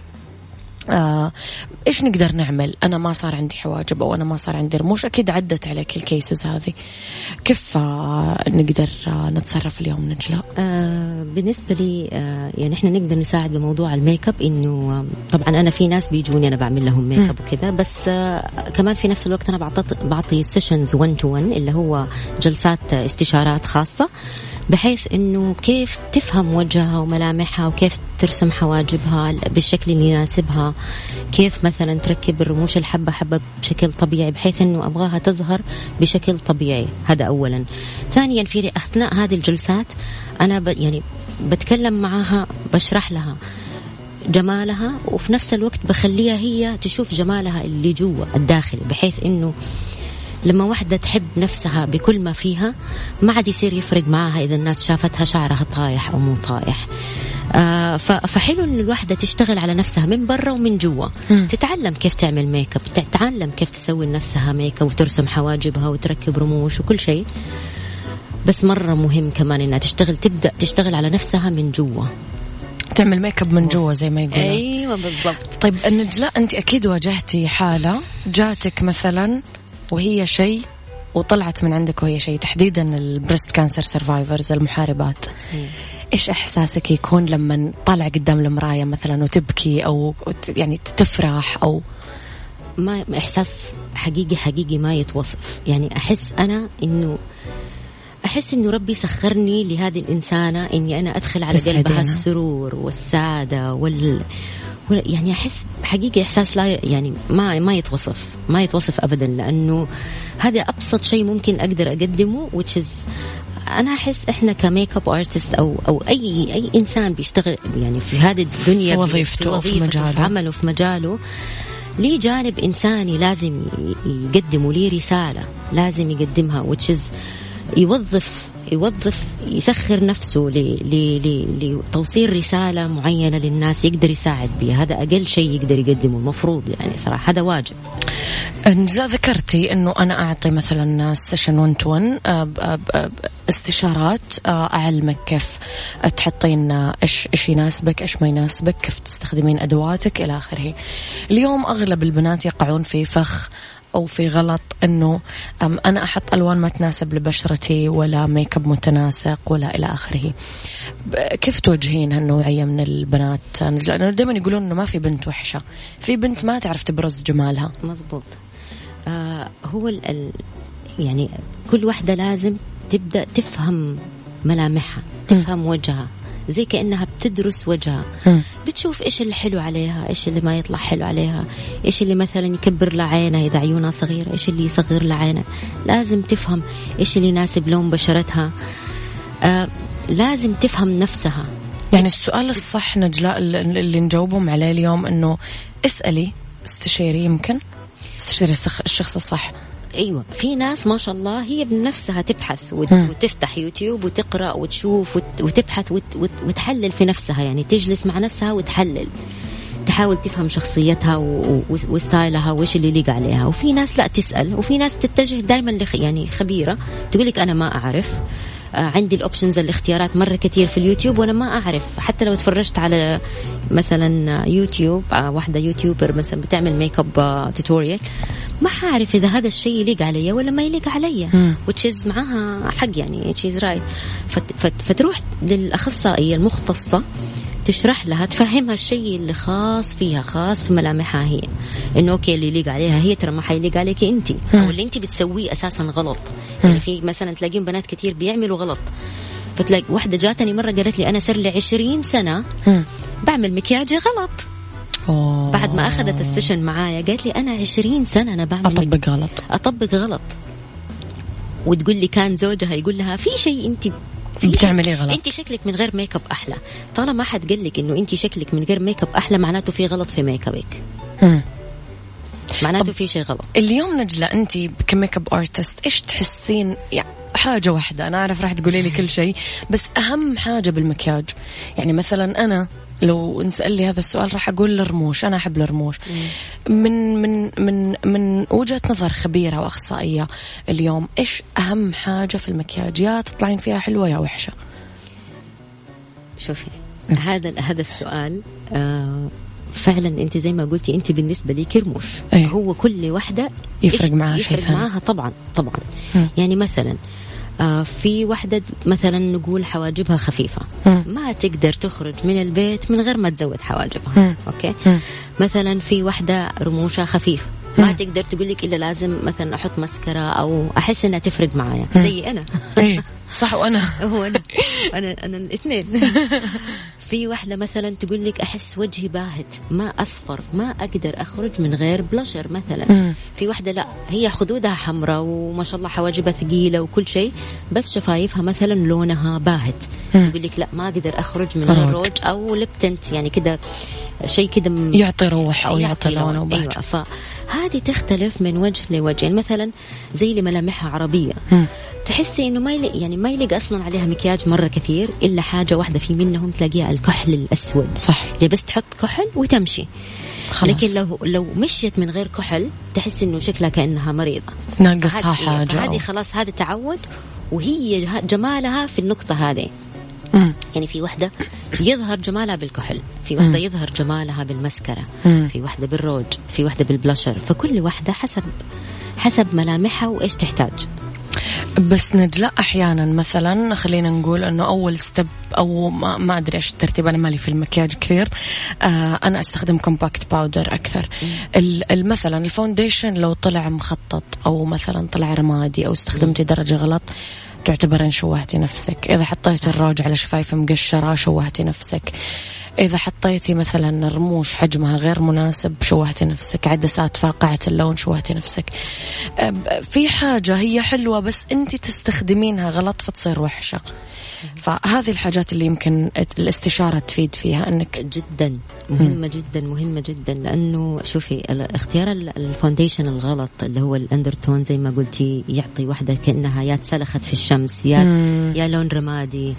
آه، إيش نقدر نعمل؟ أنا ما صار عندي حواجب أو أنا ما صار عندي رموش، أكيد عدت عليك الكيسز هذه، كيف آه نقدر آه نتصرف اليوم نجلاء؟ آه بالنسبة لي آه يعني إحنا نقدر نساعد بموضوع الميك اب، إنه آه طبعا أنا في ناس بيجوني أنا بعمل لهم ميك اب وكذا، بس آه كمان في نفس الوقت أنا بعطي بعطي سيشنز ون تو ون اللي هو جلسات استشارات خاصة، بحيث إنه كيف تفهم وجهها وملامحها وكيف ترسم حواجبها بالشكل اللي يناسبها، كيف مثلا تركب الرموش الحبة حبة بشكل طبيعي بحيث إنه أبغاها تظهر بشكل طبيعي. هذا أولا. ثانيا في أثناء هذه الجلسات أنا ب يعني بتكلم معها، بشرح لها جمالها وفي نفس الوقت بخليها هي تشوف جمالها اللي جوا الداخل، بحيث إنه لما واحدة تحب نفسها بكل ما فيها ما عاد يصير يفرق معها إذا الناس شافتها شعرها طايح أو مو طايح. آه فحلو إن الواحدة تشتغل على نفسها من برا ومن جوا، تتعلم كيف تعمل ميك اب، تتعلم كيف تسوي لنفسها ميك اب وترسم حواجبها وتركب رموش وكل شيء، بس مرة مهم كمان إنها تشتغل تبدأ تشتغل على نفسها من جوا، تعمل ميك اب من جوا زي ما يقولون. أيوة بالضبط. طيب نجلاء أنت أكيد واجهتي حالة جاتك مثلا وهي شيء وطلعت من عندك وهي شيء، تحديدا البريست كانسر سيرفايفرز المحاربات، إيش إحساسك يكون لما طالع قدام المراية مثلا وتبكي أو يعني تفرح؟ أو ما إحساس حقيقي حقيقي ما يتوصف، يعني أحس أنا إنه أحس إنه ربي سخرني لهذه الإنسانة إني أنا أدخل على قلبها السرور والسعادة وال يعني أحس حقيقي إحساس لا يعني ما ما يتوصف ما يتوصف أبدا، لأنه هذا أبسط شيء ممكن أقدر أقدمه، which is أنا أحس إحنا كميك اب ارتست أو أو أي أي إنسان بيشتغل يعني في هذه الدنيا في وظيفته أو في مجاله في عمله في مجاله ليه جانب إنساني لازم يقدمه، ليه رسالة لازم يقدمها، which is يوظف يوظف يسخر نفسه لتوصيل رسالة معينة للناس يقدر يساعد بها. هذا أقل شيء يقدر يقدمه المفروض، يعني صراحة هذا واجب. نجا ذكرتي أنه أنا أعطي مثلا سيشن ون تو ون استشارات، أعلمك كيف تحطين إيش إيش يناسبك إيش ما يناسبك، كيف تستخدمين أدواتك إلى آخره. اليوم أغلب البنات يقعون في فخ أو في غلط أنه أنا أحط ألوان ما تناسب لبشرتي ولا ميك اب متناسق ولا إلى آخره. كيف توجهين هالنوعية من البنات؟ لأنه دائما يقولون أنه ما في بنت وحشة، في بنت ما تعرف تبرز جمالها. مزبوط. آه هو ال يعني كل واحدة لازم تبدأ تفهم ملامحها، تفهم وجهها، زي كأنها بتدرس وجهها، بتشوف إيش اللي حلو عليها، إيش اللي ما يطلع حلو عليها، إيش اللي مثلا يكبر لعينها إذا عيونها صغيرة، إيش اللي يصغر لعينها. لازم تفهم إيش اللي يناسب لون بشرتها، آه لازم تفهم نفسها. يعني السؤال الصح نجلاء اللي نجاوبهم عليه اليوم إنه اسألي، استشيري، يمكن استشيري الشخص الصح. أيوة، في ناس ما شاء الله هي بنفسها تبحث وتفتح يوتيوب وتقرأ وتشوف وتبحث وتحلل في نفسها، يعني تجلس مع نفسها وتحلل، تحاول تفهم شخصيتها وستايلها وإيش اللي يليق عليها. وفي ناس لا تسأل، وفي ناس تتجه دايما يعني خبيرة تقولك أنا ما أعرف، عندي الأوبشنز الاختيارات مرة كتير في اليوتيوب وأنا ما أعرف. حتى لو تفرجت على مثلا يوتيوب واحدة يوتيوبر مثلا بتعمل ميك اب توتوريال، ما حعرف إذا هذا الشيء يليق علي ولا ما يليق علي، وتشيز معها حق يعني تشيز رايت. فتروح للأخصائية المختصة تشرح لها، تفهمها الشيء اللي خاص فيها، خاص في ملامحها هي، إنه أوكي اللي يليق عليها هي ترى ما حيليق عليك أنت، أو اللي أنت بتسويه أساسا غلط. يعني في مثلا تلاقين بنات كتير بيعملوا غلط، فتلاقي واحدة جاتني مرة قالت لي أنا صار لي عشرين سنة بعمل مكياجي غلط، أوه. بعد ما أخذت السيشن معايا قالت لي أنا عشرين سنة أنا بعمل أطبق مك... غلط أطبق غلط. وتقول لي كان زوجها يقول لها في شيء أنت بتعملي غلط، أنت شكلك من غير ميك اب أحلى. طالما ما حد قال لك إنه أنت شكلك من غير ميك اب أحلى معناته في غلط في ميك ابك، معناته في شيء غلط. اليوم نجلة أنت كميك اب ارتست إيش تحسين يعني حاجة واحدة؟ أنا أعرف راح تقولي لي كل شيء، بس أهم حاجة بالمكياج يعني مثلا أنا لو نسأل لي هذا السؤال راح أقول الرموش، أنا أحب الرموش. من من من من وجهة نظر خبيرة وأخصائية اليوم إيش أهم حاجة في المكياج؟ يا تطلعين فيها حلوة يا وحشة. شوفي هذا هذا السؤال آه فعلا انت زي ما قلتي انت بالنسبه لي كرموش. أيه. هو كل وحده يفرق معها يفرق شيء معها طبعا طبعا. م. يعني مثلا آه في وحده مثلا نقول حواجبها خفيفه م. ما تقدر تخرج من البيت من غير ما تزود حواجبها. م. اوكي م. مثلا في وحده رموشها خفيفه ما تقدر تقول لك إلا لازم مثلا أحط مسكرة أو أحس إنها تفرق معايا زي أنا. إيه صح وأنا هو أنا أنا أنا الاثنين. في واحدة مثلا تقول لك أحس وجهي باهت ما أصفر ما أقدر أخرج من غير بلاشر مثلا. في واحدة لا هي خدودها حمراء وما شاء الله حواجبها ثقيلة وكل شيء بس شفايفها مثلا لونها باهت تقول لك لا ما أقدر أخرج من غير روج أو لبتنت يعني كده شيء كده يعطي روح أو يعطي لون أو أيوة. فهذه تختلف من وجه لوجه. يعني مثلا زي اللي ملامحها عربية م. تحسي إنه ما يلق يعني ما يلق أصلا عليها مكياج مرة كثير إلا حاجة واحدة في منهم تلاقيها الكحل الأسود صح اللي بس تحط كحل وتمشي خلاص. لكن لو لو مشيت من غير كحل تحس إنه شكلها كأنها مريضة ناقصها حاجة. هذه خلاص هذا تعود وهي جمالها في النقطة هذه. مم. يعني في وحدة يظهر جمالها بالكحل في وحدة مم. يظهر جمالها بالمسكرة مم. في وحدة بالروج في وحدة بالبلاشر فكل وحدة حسب حسب ملامحها وإيش تحتاج. بس نجلة أحيانا مثلا خلينا نقول أنه أول ستيب أو ما, ما أدري إيش الترتيب أنا مالي في المكياج كثير آه أنا أستخدم كومباكت باودر أكثر. مثلا الفونديشن لو طلع مخطط أو مثلا طلع رمادي أو استخدمتي درجة غلط تعتبر شوهتي نفسك. إذا حطيتي الروج على شفايف مقشرة شوهتي نفسك. إذا حطيتي مثلا رموش حجمها غير مناسب شوهتي نفسك. عدسات فاقعة اللون شوهتي نفسك. في حاجة هي حلوة بس أنت تستخدمينها غلط فتصير وحشة. فهذه الحاجات اللي يمكن الاستشارة تفيد فيها أنك جدا مهمة جدا مهمة جدا. لأنه شوفي اختيار الفونديشن الغلط اللي هو الأندرتون زي ما قلتي يعطي واحدة كأنها يا تسلخت في الشمس يا مم. يا لون رمادي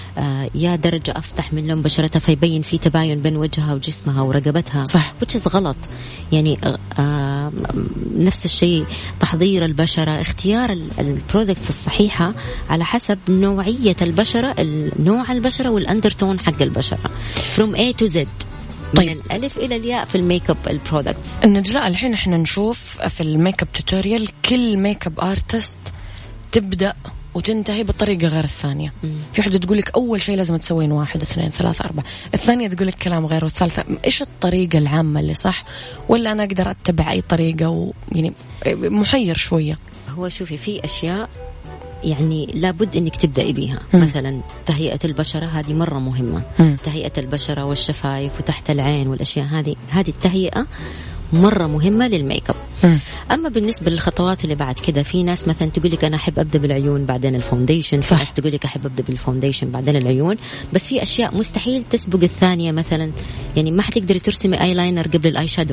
آه يا درجة أفتح من لون بشرتها فيبين في تباين بين وجهها وجسمها ورقبتها صح which is غلط. يعني آه نفس الشيء تحضير البشرة اختيار البرودكتس الصحيحة على حسب نوعية البشرة نوع البشرة والأندرتون حق البشرة from A to Z طيب. من الألف إلى الياء في الميك اب البرودكتس. النجلاء الحين احنا نشوف في الميك اب توتوريال كل ميك اب ارتست تبدأ وتنتهي بطريقة غير الثانية. مم. في حد تقولك أول شيء لازم تسوين واحد اثنين ثلاثة أربعة. الثانية تقولك كلام غير والثالثة إيش الطريقة العامة اللي صح ولا أنا أقدر أتبع أي طريقة ويعني محير شوية. هو شوفي في أشياء يعني لابد إنك تبدأي بيها. مم. مثلا تهيئة البشرة هذه مرة مهمة. مم. تهيئة البشرة والشفايف وتحت العين والأشياء هذه هذه التهيئة مرة مهمة للميك اب. م. أما بالنسبة للخطوات اللي بعد كده في ناس مثلا تقولك أنا أحب أبدأ بالعيون بعدين الفونديشن. في ناس تقولك أحب أبدأ بالفونديشن بعدين العيون. بس في أشياء مستحيل تسبق الثانية. مثلا يعني ما حتقدري ترسمي آي لاينر قبل الآي شادو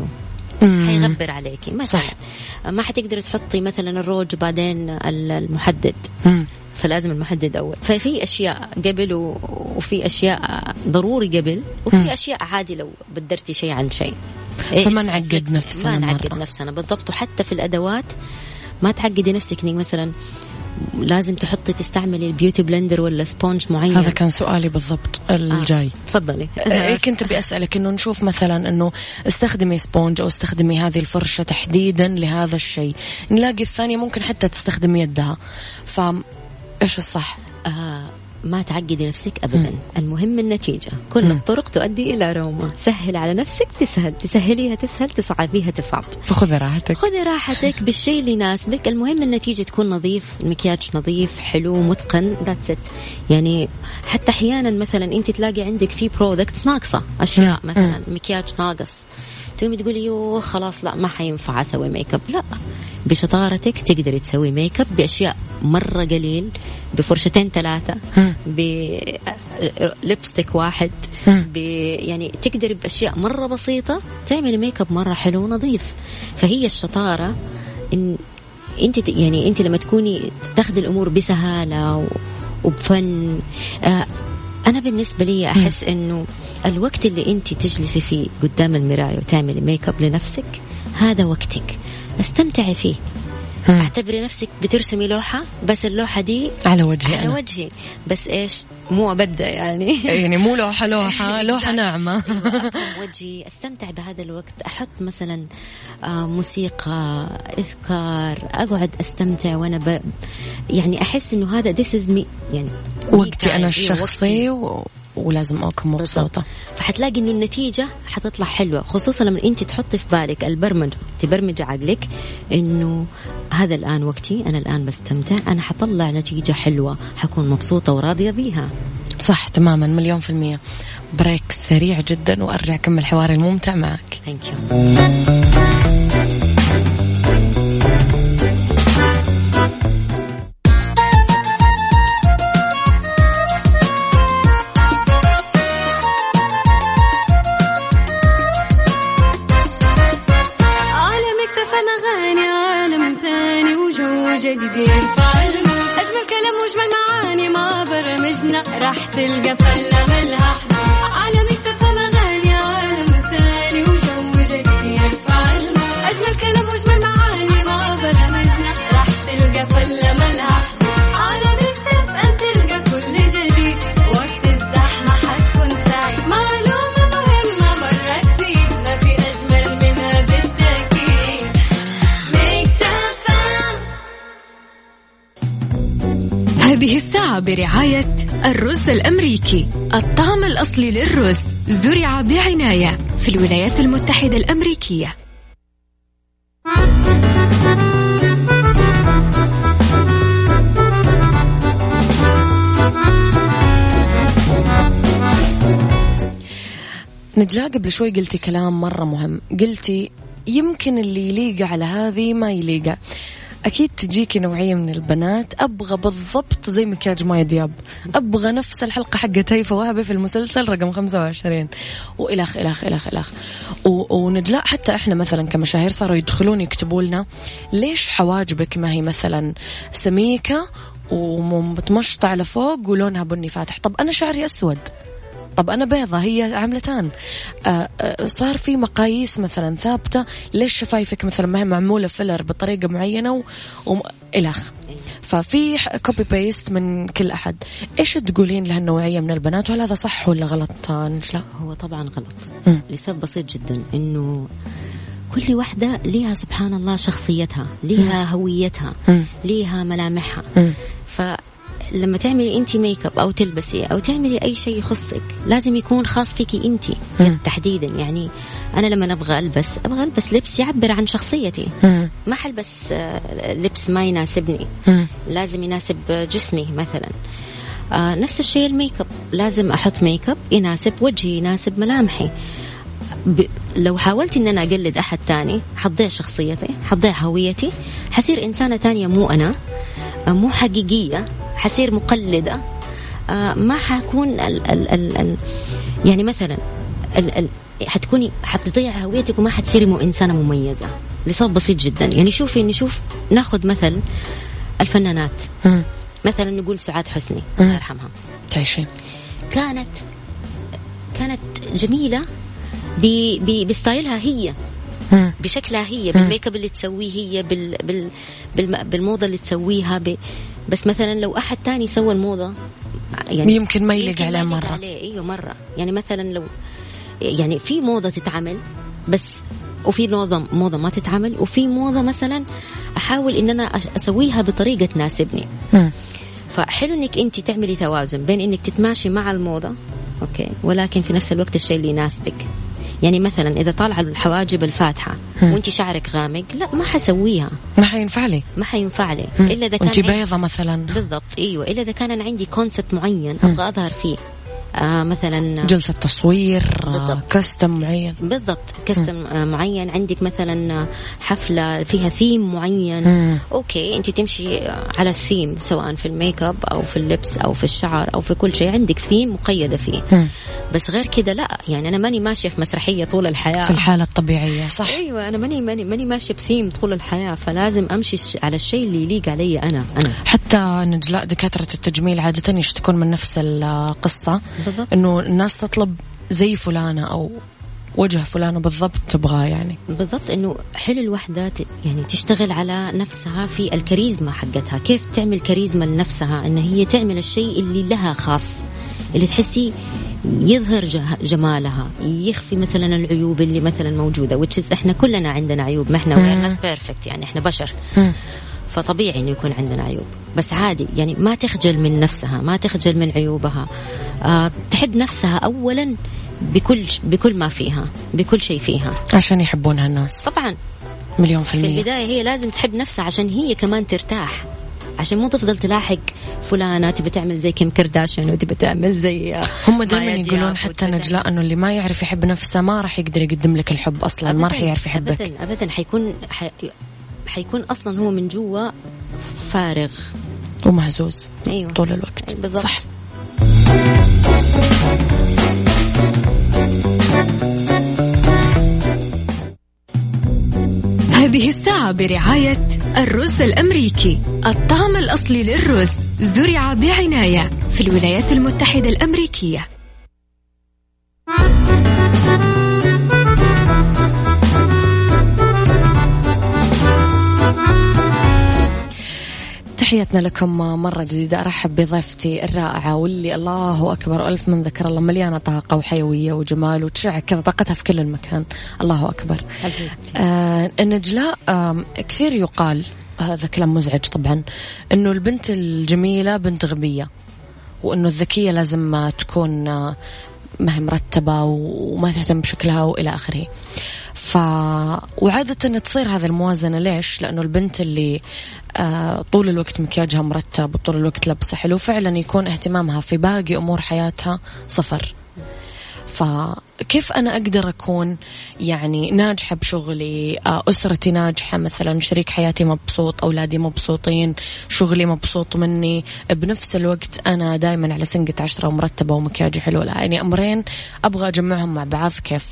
حيغبر عليكي مثلا. ما حتقدري تحطي مثلا الروج بعدين المحدد م. فلازم المحدد أول. ففي أشياء قبل وفي أشياء ضروري قبل وفي م. أشياء عادي لو بدرتي شيء عن شيء. فما نعقد نفسنا ما نعقد نفسنا بالضبط. وحتى في الأدوات ما تعقدي نفسك إنك مثلا لازم تحطي تستعملي البيوتي بلندر ولا سبونج معين. هذا كان سؤالي بالضبط الجاي. آه. تفضلي. كنت بأسألك إنه نشوف مثلا إنه استخدمي سبونج أو استخدمي هذه الفرشة تحديدا لهذا الشيء. نلاقي الثانية ممكن حتى تستخدمي يدها. فإيش الصح؟ آه ما تعقدي نفسك أبدا. المهم النتيجة. كل م. الطرق تؤدي إلى روما. سهل على نفسك تسهل، تسهليها تسهل، تصعبيها تصعب. فخذي راحتك، خذي راحتك بالشيء اللي يناسبك. المهم النتيجة تكون نظيف، المكياج نظيف حلو متقن. that's it. يعني حتى أحيانا مثلا أنت تلاقي عندك في برودكت ناقصة أشياء، م. مثلا م. مكياج ناقص، تقومي تقولي يو خلاص لا ما حينفع أسوي ميك اب. لا، بشطارتك تقدري تسوي ميك اب بأشياء مرة قليل، بفرشتين ثلاثة، بلبستك واحد، يعني تقدري بأشياء مرة بسيطة تعملي ميك اب مرة حلو ونظيف. فهي الشطارة إن أنت يعني أنت لما تكوني تاخذي الأمور بسهالة وبفن. أنا بالنسبة لي أحس إنه الوقت اللي أنت تجلسي فيه قدام المراية وتعملي ميك اب لنفسك هذا وقتك، استمتعي فيه. اعتبري نفسك بترسمي لوحة، بس اللوحة دي على وجهي على أنا. وجهي بس إيش مو أبدأ يعني يعني مو لوحة لوحة لوحة ناعمة. وجهي استمتع بهذا الوقت، أحط مثلا موسيقى إذكار، أقعد استمتع وأنا ب... يعني أحس إنه هذا this is me، يعني وقتي أنا الشخصي و... ولازم أكون مبسوطة. فحتلاقي إنه النتيجة حتطلع حلوة، خصوصا لما أنت تحطي في بالك البرمجة، تبرمج عقلك إنه هذا الآن وقتي، أنا الآن بستمتع، أنا حطلع نتيجة حلوة، حكون مبسوطة وراضية بيها. صح تماما، مليون في المية. بريك سريع جدا وأرجع أكمل حواري الممتع معك. Thank you. أجمل كلام وأجمل معاني ما برمجنا راح تلقى فلة ملها على مكتب مغاني عالم ثاني وجو جديد يرفع الموج. أجمل كلام وأجمل معاني ما برمجنا راح تلقى فلة ملها على مكتب أن تلقى كل جديد. وقت الزحمة حتكون سعيد، معلومة مهمة مرة تفيد، ما في أجمل منها بالتأكيد. هذه الساعة برعاية الرز الأمريكي، الطعم الأصلي للرز، زرع بعناية في الولايات المتحدة الأمريكية. نجلاء قبل شوي قلتي كلام مرة مهم، قلتي يمكن اللي يليق على هذه ما يليق. أكيد تجيكي نوعية من البنات أبغى بالضبط زي مكياج مايا دياب، أبغى نفس الحلقة حقت هيفا وهبي في المسلسل رقم خمسة وعشرين وإلخ إلخ إلخ إلخ. ونجلاء حتى إحنا مثلا كمشاهير صاروا يدخلون يكتبوا لنا ليش حواجبك ما هي مثلا سميكة ومتمشطة على فوق ولونها بني فاتح؟ طب أنا شعري أسود، طب أنا بيضة، هي عملتان. آآ آآ صار في مقاييس مثلا ثابتة، ليش شفايفك مثلا ما هي معمولة فيلر بطريقة معينة وإلخ. ففي كوبي بيست من كل أحد. إيش تقولين لهالنوعية من البنات، وهل هذا صح ولا غلط؟ لا هو طبعا غلط لسبب بسيط جدا، إنه كل واحدة ليها سبحان الله شخصيتها، ليها هويتها، ليها ملامحها. ف لما تعملي انتي ميك اب او تلبسي او تعملي اي شيء يخصك لازم يكون خاص فيكي انتي تحديدا. يعني انا لما ابغى البس ابغى البس لبس يعبر عن شخصيتي، ما حلبس لبس ما يناسبني، لازم يناسب جسمي مثلا. آه نفس الشيء الميك اب، لازم احط ميك اب يناسب وجهي، يناسب ملامحي. ب... لو حاولت ان انا اقلد احد تاني حضيع شخصيتي، حضيع هويتي، حصير انسانة تانية مو انا، مو حقيقية، حصير مقلدة. آه ما حكون ال ال ال ال يعني مثلا ال ال حتكوني حتضيع هويتك وما حتصيري مو إنسانة مميزة لسبب بسيط جدا. يعني شوفي نشوف ناخذ مثل الفنانات م. مثلا نقول سعاد حسني الله يرحمها، تعيشين كانت كانت جميلة بستايلها هي، بشكلها هي، بالميك اب اللي تسويه هي، بال بال بال بالموضة اللي تسويها ب... بس مثلا لو أحد تاني سوى الموضة يعني يمكن ما يليق عليه مرة عليه. ايوه مرة. يعني مثلا لو يعني في موضة تتعمل بس، وفي موضة موضة ما تتعمل، وفي موضة مثلا أحاول إن أنا أسويها بطريقة تناسبني. فحلو انك انت تعملي توازن بين انك تتماشي مع الموضة اوكي ولكن في نفس الوقت الشيء اللي يناسبك. يعني مثلا اذا طالعه الحواجب الفاتحه وانت شعرك غامق لا ما حسويها ما حينفع لي ما حينفع لي الا اذا كان انت بيضه مثلا. بالضبط ايوه الا اذا كان انا عندي كونسبت معين ابغى اظهر فيه آه مثلا جلسة تصوير كاستم معين. بالضبط كاستم آه معين عندك مثلا حفلة فيها ثيم معين مم. أوكي أنت تمشي على الثيم سواء في الميك اب أو في اللبس أو في الشعر أو في كل شيء عندك ثيم مقيدة فيه. مم. بس غير كده لا يعني أنا ماني ماشية في مسرحية طول الحياة في الحالة الطبيعية صح. أيوة أنا ماني ماني ماني ماشية بثيم طول الحياة فلازم أمشي على الشيء اللي يليق علي أنا أنا حتى نجلاء دكاترة التجميل عادة يشتكون من نفس القصة بالضبط. إنه الناس تطلب زي فلانة أو وجه فلانة بالضبط تبغاه يعني. بالضبط إنه حلو الوحدة يعني تشتغل على نفسها في الكاريزما حقتها كيف تعمل كاريزما لنفسها إن هي تعمل الشيء اللي لها خاص اللي تحسي يظهر جمالها يخفي مثلا العيوب اللي مثلا موجودة which is إحنا كلنا عندنا عيوب ما إحنا we're not perfect يعني إحنا بشر مم. فطبيعي إنه يكون عندنا عيوب بس عادي يعني ما تخجل من نفسها ما تخجل من عيوبها آه تحب نفسها أولا بكل بكل ما فيها بكل شيء فيها عشان يحبونها الناس طبعا مليون في المية. في البداية هي لازم تحب نفسها عشان هي كمان ترتاح عشان مو تفضل تلاحق فلانة تبي تعمل زي كيم كارداشيان وتبي تعمل زي هم دائما يقولون حتى نجلاء انه اللي ما يعرف يحب نفسه ما راح يقدر يقدم لك الحب اصلا ما راح يعرف يحبك ابدا ابدا حيكون حي... حيكون اصلا هو من جوا فارغ ومهزوز أيوة. طول الوقت بالضبط. صح. هذه الساعة برعاية الرز الأمريكي الطعم الأصلي للرز زرع بعناية في الولايات المتحدة الأمريكية. تحياتنا لكم مرة جديدة. أرحب بضيفتي الرائعة واللي الله أكبر ألف من ذكر الله مليانة طاقة وحيوية وجمال وتشع كذا طاقتها في كل المكان الله أكبر. آه نجلاء آه كثير يقال هذا كلام مزعج طبعا إنه البنت الجميلة بنت غبية وإنه الذكية لازم تكون آه ما هي مرتبة وما تهتم بشكلها وإلى آخره. ف وعادة تصير هذا الموازنة ليش؟ لأنه البنت اللي آه طول الوقت مكياجها مرتب وطول الوقت لبسها حلو فعلا يكون اهتمامها في باقي أمور حياتها صفر. فكيف أنا أقدر أكون يعني ناجحة بشغلي آه أسرتي ناجحة مثلا شريك حياتي مبسوط أولادي مبسوطين شغلي مبسوط مني بنفس الوقت أنا دايما على سنقة عشرة ومرتبة ومكياجي حلو لا يعني أمرين أبغى أجمعهم مع بعض كيف؟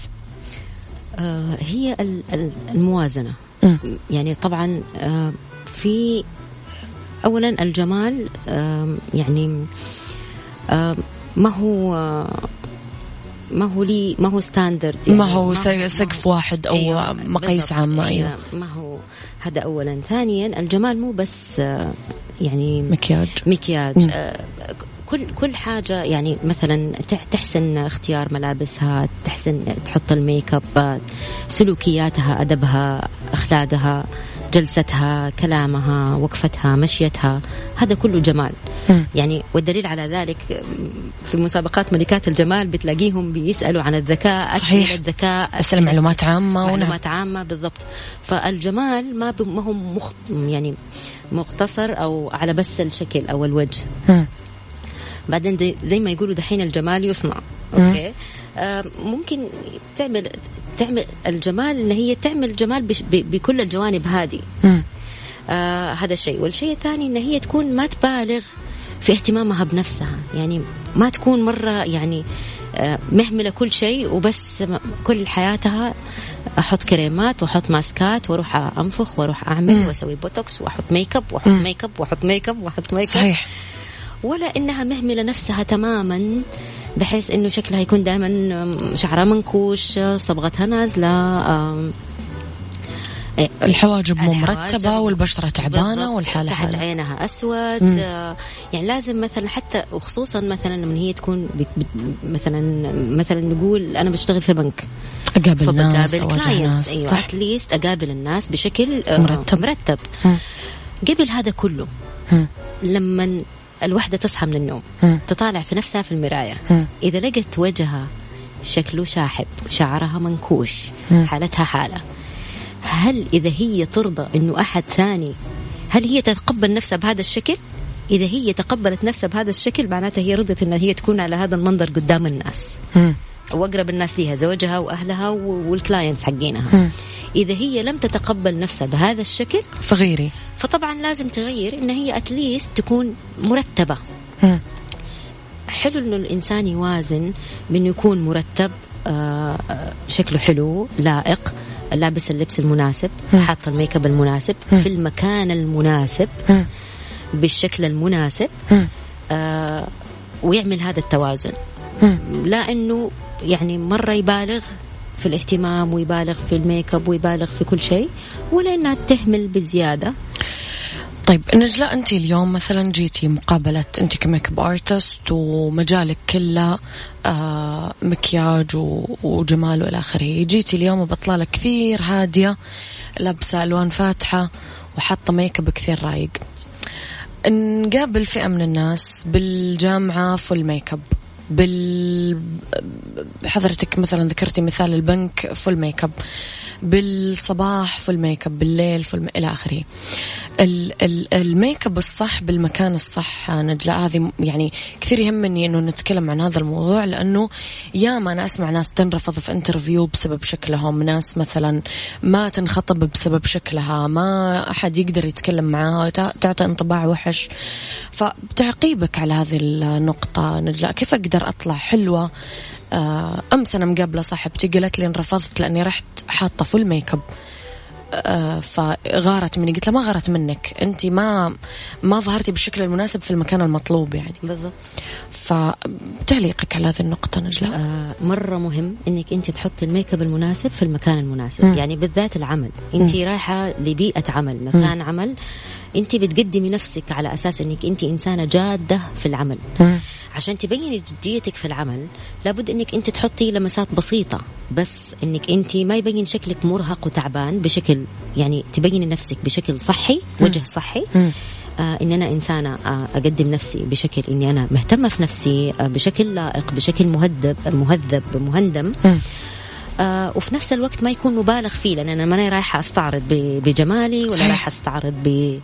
آه هي الموازنة م. يعني طبعا آه في أولا الجمال آه يعني آه ما هو آه ما هو لي ما هو ستاندرد يعني ما هو سقف واحد أو أيوة مقاييس عامة. أيوة ما هو هذا أولا. ثانيا الجمال مو بس آه يعني مكياج مكياج آه كل كل حاجة يعني مثلا تحسن اختيار ملابسها تحسن تحط الميك اب سلوكياتها أدبها أخلاقها جلستها كلامها وقفتها مشيتها هذا كله جمال. م. يعني والدليل على ذلك في مسابقات ملكات الجمال بتلاقيهم بيسألوا عن الذكاء صحيح الذكاء أسأل معلومات عامة معلومات عامة بالضبط. فالجمال ما ما هو مخ يعني مقتصر أو على بس الشكل أو الوجه. م. بعدين زي ما يقولوا دحين الجمال يصنع أوكي آه ممكن تعمل تعمل الجمال إن هي تعمل جمال بكل الجوانب هذه آه هذا الشيء. والشيء الثاني إن هي تكون ما تبالغ في اهتمامها بنفسها يعني ما تكون مرة يعني آه مهملة كل شيء وبس كل حياتها أحط كريمات وأحط ماسكات وأروح أنفخ وأروح أعمل م. وأسوي بوتوكس وأحط ميك اب وأحط م. ميك اب وأحط ميك اب وأحط ميك اب صحيح. ولا إنها مهملة نفسها تماما بحيث إنه شكلها يكون دائما شعرها منكوش صبغتها نازلة الحواجب مو مرتبة والبشرة تعبانة والحالة تحت حالة عينها أسود م. يعني لازم مثلا حتى وخصوصا مثلا من هي تكون مثلا مثلا نقول أنا بشتغل في بنك أقابل ناس فبقابل كلاينتس أيوة أتليست أقابل الناس بشكل مرتب, مرتب. م. قبل هذا كله م. لما الوحدة تصحى من النوم مم. تطالع في نفسها في المراية، مم. إذا لقت وجهها شكله شاحب، شعرها منكوش، مم. حالتها حالة، هل إذا هي ترضى إنه أحد ثاني، هل هي تتقبل نفسها بهذا الشكل؟ إذا هي تقبلت نفسها بهذا الشكل معناتها هي رضت إن هي تكون على هذا المنظر قدام الناس. مم. وأقرب الناس ليها زوجها وأهلها والكلاينتس حقينها. مم. إذا هي لم تتقبل نفسها بهذا الشكل فغيري، فطبعا لازم تغير، إن هي أتليست تكون مرتبة. مم. حلو إنه الإنسان يوازن بإنه يكون مرتب، آه شكله حلو لائق، لابس اللبس المناسب، حاط الميك اب المناسب، مم. في المكان المناسب، مم. بالشكل المناسب، مم. آه ويعمل هذا التوازن. مم. لا إنه يعني مرة يبالغ في الاهتمام ويبالغ في الميك اب ويبالغ في كل شيء، ولا إنها تهمل بزيادة. طيب نجلاء، أنت اليوم مثلا جيتي مقابلة، أنت كميك اب ارتست ومجالك كله آه مكياج وجمال والى آخره، جيتي اليوم وبطلالة كثير هادية، لابسة ألوان فاتحة وحاطة ميك اب كثير رايق. نقابل فئة من الناس بالجامعة فول ميك اب، بال حضرتك مثلا ذكرتي مثال البنك فول ميك اب، بالصباح فول ميك اب، بالليل فول م... الى اخره. الميك اب الصح بالمكان الصح نجلاء، هذه يعني كثير يهمني انه نتكلم عن هذا الموضوع، لانه ياما انا اسمع ناس تنرفض في انترفيو بسبب شكلهم، ناس مثلا ما تنخطب بسبب شكلها، ما احد يقدر يتكلم معاها، تعطي انطباع وحش. فتعقيبك على هذه النقطة نجلاء، كيف اقدر اطلع حلوة؟ أمس أنا مقابلة صاحبتي قالت لي إن رفضت لأني رحت حاطة فول ميك اب، أه فغارت مني. قلت لها ما غارت منك، أنت ما ما ظهرتي بالشكل المناسب في المكان المطلوب يعني. بالضبط. فتعليقك على هذه النقطة نجلاء؟ آه مرة مهم إنك أنت تحطي الميك اب المناسب في المكان المناسب. م. يعني بالذات العمل، أنت رايحة لبيئة عمل، مكان م. عمل، أنت بتقدمي نفسك على أساس إنك أنت إنسانة جادة في العمل. م. عشان تبيني جديتك في العمل لابد انك انت تحطي لمسات بسيطة، بس انك انت ما يبين شكلك مرهق وتعبان، بشكل يعني تبيني نفسك بشكل صحي، وجه صحي. آه ان انا انسانة آه اقدم نفسي بشكل اني انا مهتمة في نفسي، آه بشكل لائق، بشكل مهذب مهذب مهندم. آه وفي نفس الوقت ما يكون مبالغ فيه، لان انا ماني رايحة استعرض بجمالي ولا رايحة استعرض ب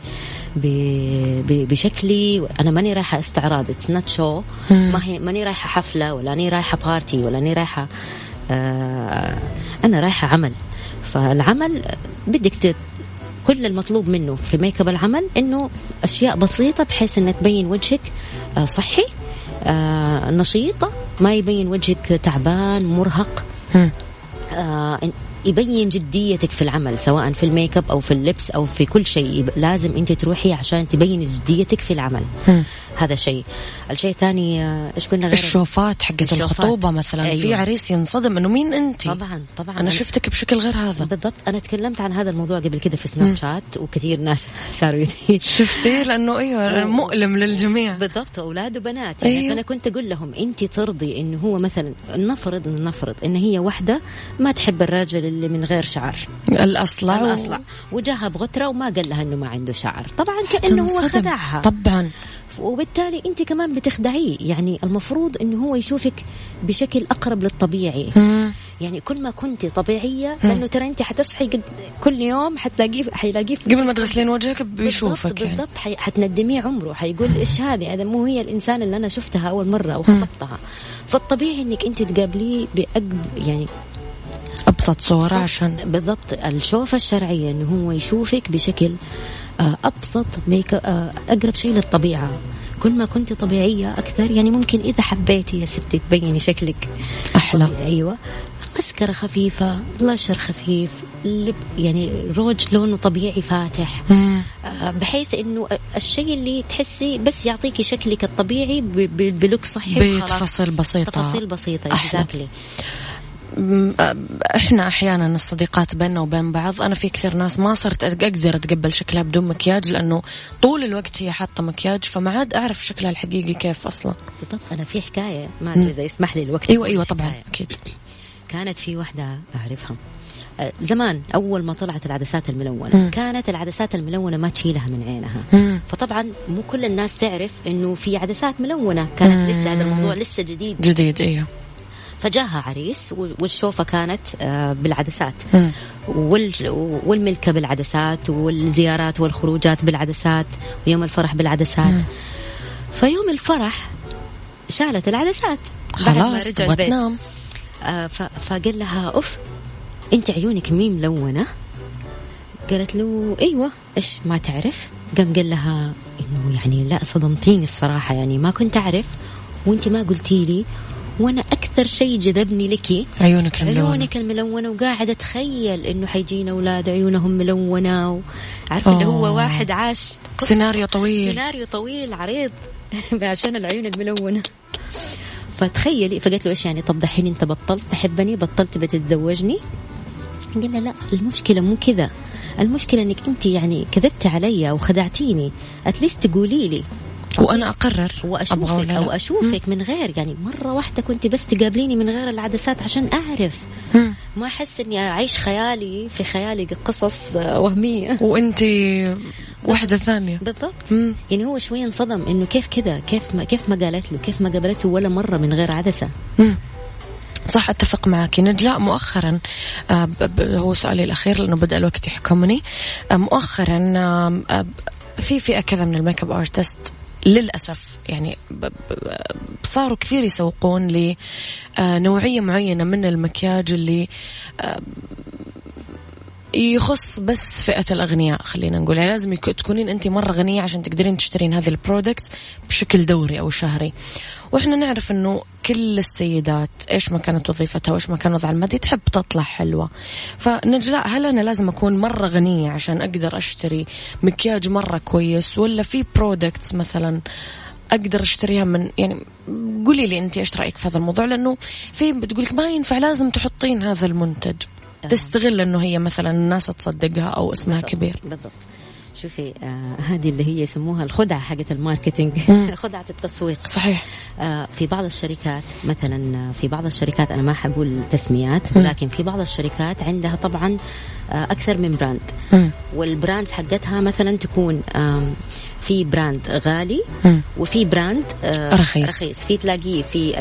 بشكلي، أنا ماني رايحة استعراض، it's not show. ما هي ماني رايحة حفلة، ولا أني رايحة بارتي، ولا أني رايحة آه أنا رايحة عمل. فالعمل بدك ت... كل المطلوب منه في ميك اب العمل إنه أشياء بسيطة بحيث إن تبين وجهك آه صحي، آه نشيطة، ما يبين وجهك تعبان مرهق. آه يبين جديتك في العمل، سواء في الميك اب أو في اللبس أو في كل شيء. لازم أنت تروحي عشان تبين جديتك في العمل. م. هذا شيء. الشيء الثاني إيش قلنا غير الشوفات حقت الخطوبة مثلا. أيوة. في عريس ينصدم إنه مين أنت؟ طبعا طبعا أنا شفتك بشكل غير هذا. بالضبط. أنا تكلمت عن هذا الموضوع قبل كده في سناب شات، وكثير ناس صاروا شفتيه لأنه أيوة مؤلم للجميع. بالضبط، أولاد وبنات يعني. أيوة. فأنا كنت أقول لهم أنت ترضي إنه هو مثلا نفرض إنه نفرض إن هي واحدة ما تحب الرجل اللي من غير شعر، الأصلع الأصلع و... وجاها بغترة وما قال لها إنه ما عنده شعر، طبعا كأنه هو خدعها. طبعا. وبالتالي أنت كمان بتخدعيه. يعني المفروض إنه هو يشوفك بشكل أقرب للطبيعي. م. يعني كل ما كنت طبيعية، لأنه ترى أنت حتصحي قد كل يوم حتلاقيه حيلاقيه قبل ما تغسلين وجهك بيشوفك. بالضبط. يعني. بالضبط. حي... حتندميه عمره، حيقول إيش هذه، هذا مو هي الإنسان اللي أنا شفتها أول مرة أو خطبتها. فالطبيعي إنك أنت تقابليه بأقب يعني أبسط صورة. عشان بالضبط الشوفة الشرعية إنه هو يشوفك بشكل أبسط، ميك أقرب شيء للطبيعة. كل ما كنت طبيعية أكثر، يعني ممكن إذا حبيتي يا ستي تبيني شكلك أحلى. أيوة، مسكرة خفيفة، بلاشر خفيف، يعني روج لونه طبيعي فاتح. مم. بحيث إنه الشيء اللي تحسي بس يعطيكي شكلك الطبيعي بلوك صحي، بتفاصيل بسيطة. تفاصيل بسيطة. exactly. احنا احيانا الصديقات بيننا وبين بعض، انا في كثير ناس ما صرت اقدر اتقبل شكلها بدون مكياج، لانه طول الوقت هي حاطه مكياج، فما عاد اعرف شكلها الحقيقي كيف اصلا. بالضبط. انا في حكايه ما ادري اذا يسمح لي الوقت. ايوه ايوه طبعا اكيد. كانت في واحده اعرفها زمان أول ما طلعت العدسات الملونة مم. كانت العدسات الملونة ما تشيلها من عينها. مم. فطبعا مو كل الناس تعرف إنه في عدسات ملونة، كانت مم. لسه هذا الموضوع لسه جديد جديد. إيه. فجاها عريس والشوفة كانت بالعدسات، مم. والملكة بالعدسات والزيارات والخروجات بالعدسات ويوم الفرح بالعدسات. مم. فيوم الفرح شالت العدسات خلاص تبغى تنام. آه فقال لها أوف أنت عيونك مي ملونة؟ قالت له أيوة إيش ما تعرف؟ قام قال لها إنه يعني لا صدمتيني الصراحة، يعني ما كنت أعرف وأنت ما قلتي لي، وأنا أكثر شيء جذبني لك عيونك الملونة. عيونك الملونة، وقاعدة أتخيل إنه حيجينا أولاد عيونهم ملونة، وعارفة اللي هو واحد عاش سيناريو طويل سيناريو طويل عريض عشان العيون الملونة. فتخيلي، فقلت له إيش يعني؟ طب دحين أنت بطلت تحبني، بطلت بتتزوجني؟ قلنا لا المشكلة مو كذا، المشكلة إنك أنت يعني كذبت علي وخدعتيني، أتليست تقولي لي وأنا أقرر وأشوفك أو أشوفك من غير، يعني مرة واحدة كنت بس تقابليني من غير العدسات عشان أعرف، مم. ما أحس إني أعيش خيالي في خيالي قصص وهمية وأنتي واحدة ثانية. بالضبط. مم. يعني هو شوي انصدم إنه كيف كذا، كيف ما كيف ما قالت له، كيف ما قابلته ولا مرة من غير عدسة. مم. صح، اتفق معك. نجلاء مؤخرا آه هو سؤالي الأخير لأنه بدأ الوقت يحكمني. آه مؤخرا آه في فئة كذا من الميك اب ارتست للأسف يعني صاروا كثير يسوقون لنوعية معينة من المكياج اللي يخص بس فئة الأغنياء، خلينا نقول. يعني لازم تكونين أنت مرة غنية عشان تقدرين تشترين هذه البرودكتس بشكل دوري أو شهري. وإحنا نعرف أنه كل السيدات إيش ما كانت وظيفتها وإيش ما كان وضع المادي تحب تطلع حلوة. فنجلاء، هل أنا لازم أكون مرة غنية عشان أقدر أشتري مكياج مرة كويس، ولا في برودكتس مثلا أقدر أشتريها من، يعني قولي لي أنت إيش رأيك في هذا الموضوع؟ لأنه في بتقولك ما ينفع لازم تحطين هذا المنتج، تستغل أنه هي مثلا الناس تصدقها أو اسمها بالضبط. كبير. بالضبط. شوفي آه هذه اللي هي يسموها الخدعة حقة الماركتينج خدعة التسويق. صحيح. آه في بعض الشركات مثلا، في بعض الشركات أنا ما حقول تسميات، ولكن في بعض الشركات عندها طبعا آه أكثر من براند، م. والبراند حقتها مثلا تكون آه في براند غالي م. وفي براند آه رخيص. رخيص في تلاقيه في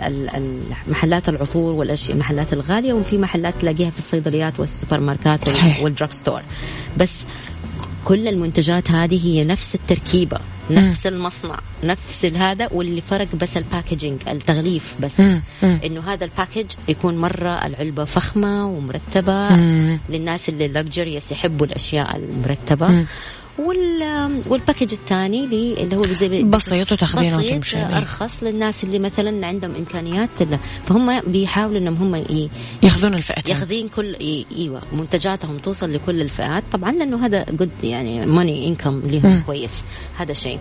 المحلات العطور والأشياء المحلات الغالية، وفي محلات تلاقيها في الصيدليات والسوبر ماركات والدراج ستور. بس كل المنتجات هذه هي نفس التركيبة، نفس المصنع، نفس هذا، واللي فرق بس الباكجينج، التغليف بس. مم. مم. إنه هذا الباكج يكون مرة العلبة فخمة ومرتبة. مم. للناس اللي لكجريس يحبوا الأشياء المرتبة. مم. وال والباكج الثاني اللي هو زي بسيط وتاخذينه وتمشي، أرخص للناس اللي مثلا عندهم إمكانيات، فهم بيحاولوا إنهم هم ياخذون الفئتين، ياخذين كل إيوه منتجاتهم توصل لكل الفئات طبعا، لأنه هذا قد يعني ماني إنكم لهم كويس. هذا شيء.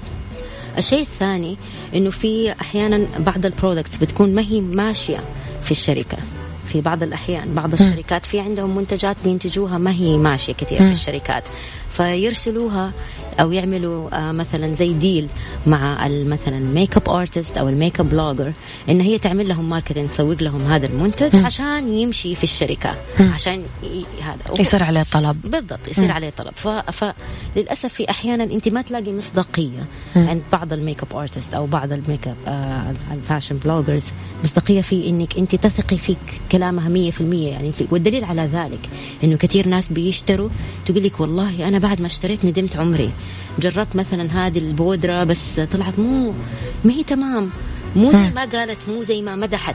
الشيء الثاني إنه في أحيانا بعض البرودكتس بتكون ما هي ماشية في الشركة. في بعض الأحيان بعض الشركات في عندهم منتجات بينتجوها ما هي ماشية كثير في الشركات، فيرسلوها أو يعملوا آه مثلا زي ديل مع مثلا ميك اب ارتست أو الميك اب بلوجر، إن هي تعمل لهم ماركتينج، تسوق لهم هذا المنتج م. عشان يمشي في الشركة، م. عشان ي... هذا يصير عليه طلب. بالضبط، يصير م. عليه طلب. ف... فللأسف في أحيانا أنت ما تلاقي مصداقية م. عند بعض الميك اب ارتست أو بعض الميك اب آه الفاشن بلوجرز، مصداقية في إنك أنت تثقي فيك كلامها مية في المية يعني في. والدليل على ذلك إنه كثير ناس بيشتروا تقول لك والله أنا بعد ما اشتريت ندمت عمري، جربت مثلا هذه البودرة بس طلعت مو ما هي تمام، مو زي ما قالت، مو زي ما مدحت.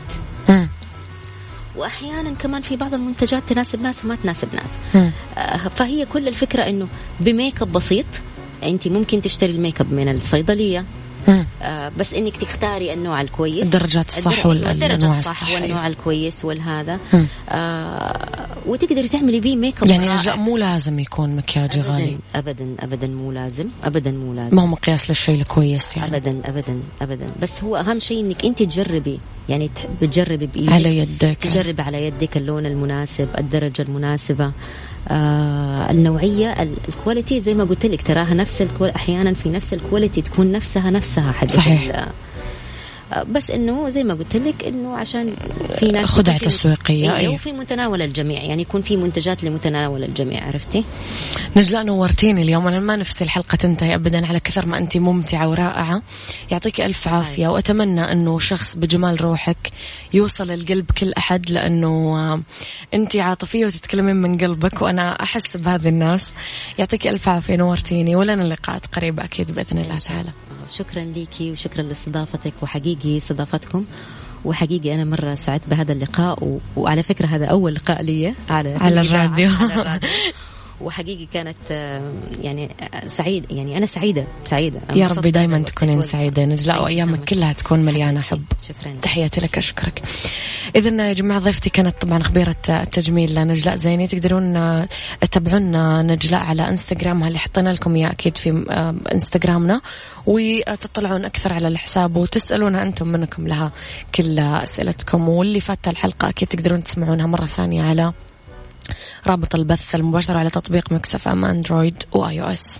وأحيانا كمان في بعض المنتجات تناسب ناس وما تناسب ناس. آه فهي كل الفكرة إنه بميك اب بسيط أنت ممكن تشتري الميك اب من الصيدلية، آه بس انك تختاري النوع الكويس، الدرجات الصح والنوع الصح والنوع الكويس والهذا، آه وتقدري تعملي بيه ميك اب. يعني رجاء مو لازم يكون مكياج غالي، ابدا ابدا مو لازم، ابدا مو لازم، ما هو مقياس للشيء الكويس يعني. ابدا ابدا ابدا بس هو اهم شيء انك انت تجربي، يعني تجربي بايدك على يدك، تجربي على يدك اللون المناسب، الدرجه المناسبه، آه النوعية، الكواليتي زي ما قلت لك تراها نفس الكواليتي، أحيانا في نفس الكواليتي تكون نفسها نفسها حاجة. صحيح. بس إنه زي ما قلت لك إنه عشان في ناس خدعة تسويقية، أيوة، وفي متناول الجميع، يعني يكون في منتجات لمتناول الجميع. عرفتي؟ نجلاء نورتيني اليوم. أنا ما نفسي الحلقة تنتهي أبدا على كثر ما أنت ممتعة ورائعة. يعطيك ألف عافية، وأتمنى أنه شخص بجمال روحك يوصل القلب كل أحد، لأنه أنت عاطفية وتتكلمين من قلبك، وأنا أحس بهذه الناس. يعطيك ألف عافية، نورتيني، ولنا لقاءات قريبة أكيد بإذن الله تعالى. شكرا ليكي وشكرا لاستضافتك، وحقيقي استضافتكم، وحقيقي أنا مرة سعدت بهذا اللقاء. و... وعلى فكرة هذا أول لقاء لي على على الراديو. على الراديو. وحقيقي كانت يعني سعيد، يعني أنا سعيدة سعيدة. يا رب دايما تكونين سعيدة نجلاء، وأيامك كلها تكون مليانة حب. شكرا، تحياتي لك، أشكرك. إذن يا جماعة ضيفتي كانت طبعا خبيرة التجميل نجلاء زيني. تقدرون تتابعون نجلاء على انستغرامها اللي حطينا لكم إياه أكيد في انستغرامنا، وتطلعون أكثر على الحساب وتسألونها أنتم منكم لها كل أسئلتكم. واللي فات الحلقة أكيد تقدرون تسمعونها مرة ثانية على رابط البث المباشر على تطبيق ميكس اف ام اندرويد واي او اس.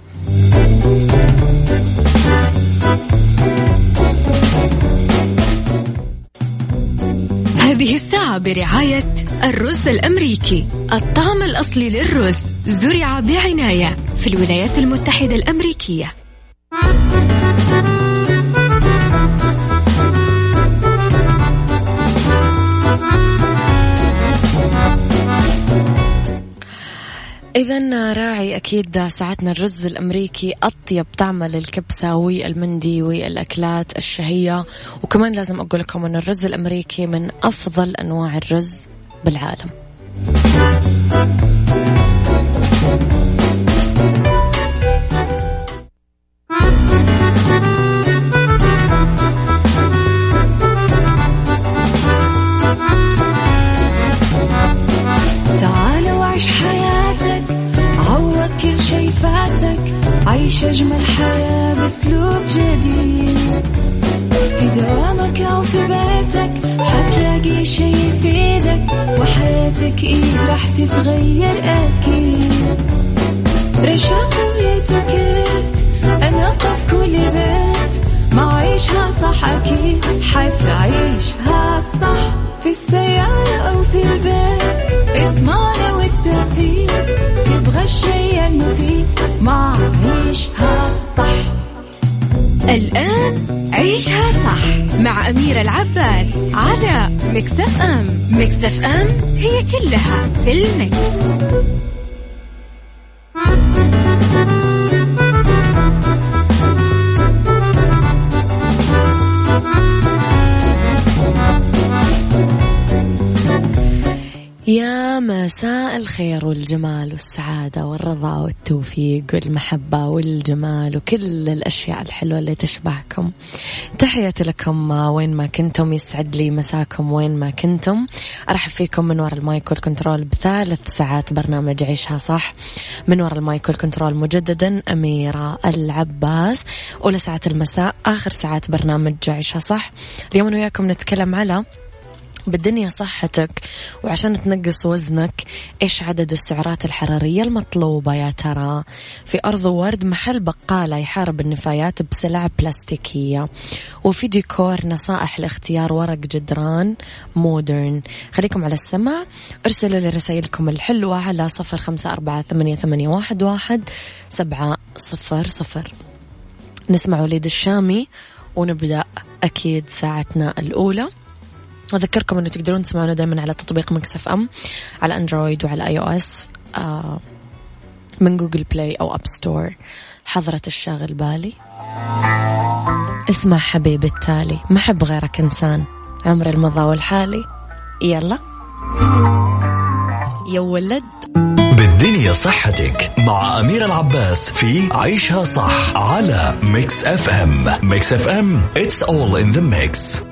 هذه الساعة برعاية الرز الأمريكي، الطعم الأصلي للرز، زرع بعناية في الولايات المتحدة الأمريكية. إذن راعي أكيد ساعتنا الرز الأمريكي أطيب طعم للكبسة والمندي والأكلات الشهية. وكمان لازم أقول لكم أن الرز الأمريكي من أفضل أنواع الرز بالعالم. عيش أجمل حياة بأسلوب جديد، في دوامك أو في بيتك حتلاقي شي يفيدك، وحياتك إيه راح تتغير أكيد. رشاق ويتوكيت أنا قف كل بيت، ما عيشها صح أكيد حتعيشها صح، في السيارة أو في البيت اسمعنا والتوفيق، تبغى الشي المفيد ما عيشها صح. الآن عيشها صح مع أميرة العباس على ميكس اف ام. ميكس اف ام هي كلها في الميكس. يا مساء الخير والجمال والسعادة والرضا والتوفيق والمحبة والجمال وكل الأشياء الحلوة اللي تشبهكم. تحياتي لكم وين ما كنتم، يسعد لي مساكم وين ما كنتم. أرحب فيكم من وراء المايك والكنترول بثالث ساعات برنامج عيشها صح. من وراء المايك والكنترول مجددا أميرة العباس. أولى ساعات المساء آخر ساعات برنامج عيشها صح. اليوم أنا وياكم نتكلم على بالدنيا صحتك، وعشان تنقص وزنك إيش عدد السعرات الحرارية المطلوبة يا ترى. في أرض ورد محل بقالة يحارب النفايات بسلع بلاستيكية، وفي ديكور نصائح لاختيار ورق جدران مودرن. خليكم على السمع، ارسلوا لي رسائلكم الحلوة على صفر خمسة أربعة ثمانية ثمانية واحد واحد سبعة صفر صفر. نسمع وليد الشامي ونبدأ أكيد ساعتنا الأولى. أذكركم أنه تقدرون تسمعونا دائما على تطبيق ميكس اف ام على أندرويد وعلى آي أو إس آه من جوجل بلاي أو أب ستور. حضرة الشاغل بالي، اسمع حبيبي التالي، ما حب غيرك إنسان، عمر المضى والحالي. يلا يا ولد. بالدنيا صحتك مع أميرة العباس في عيشها صح على ميكس اف ام. ميكس اف ام it's all in the mix.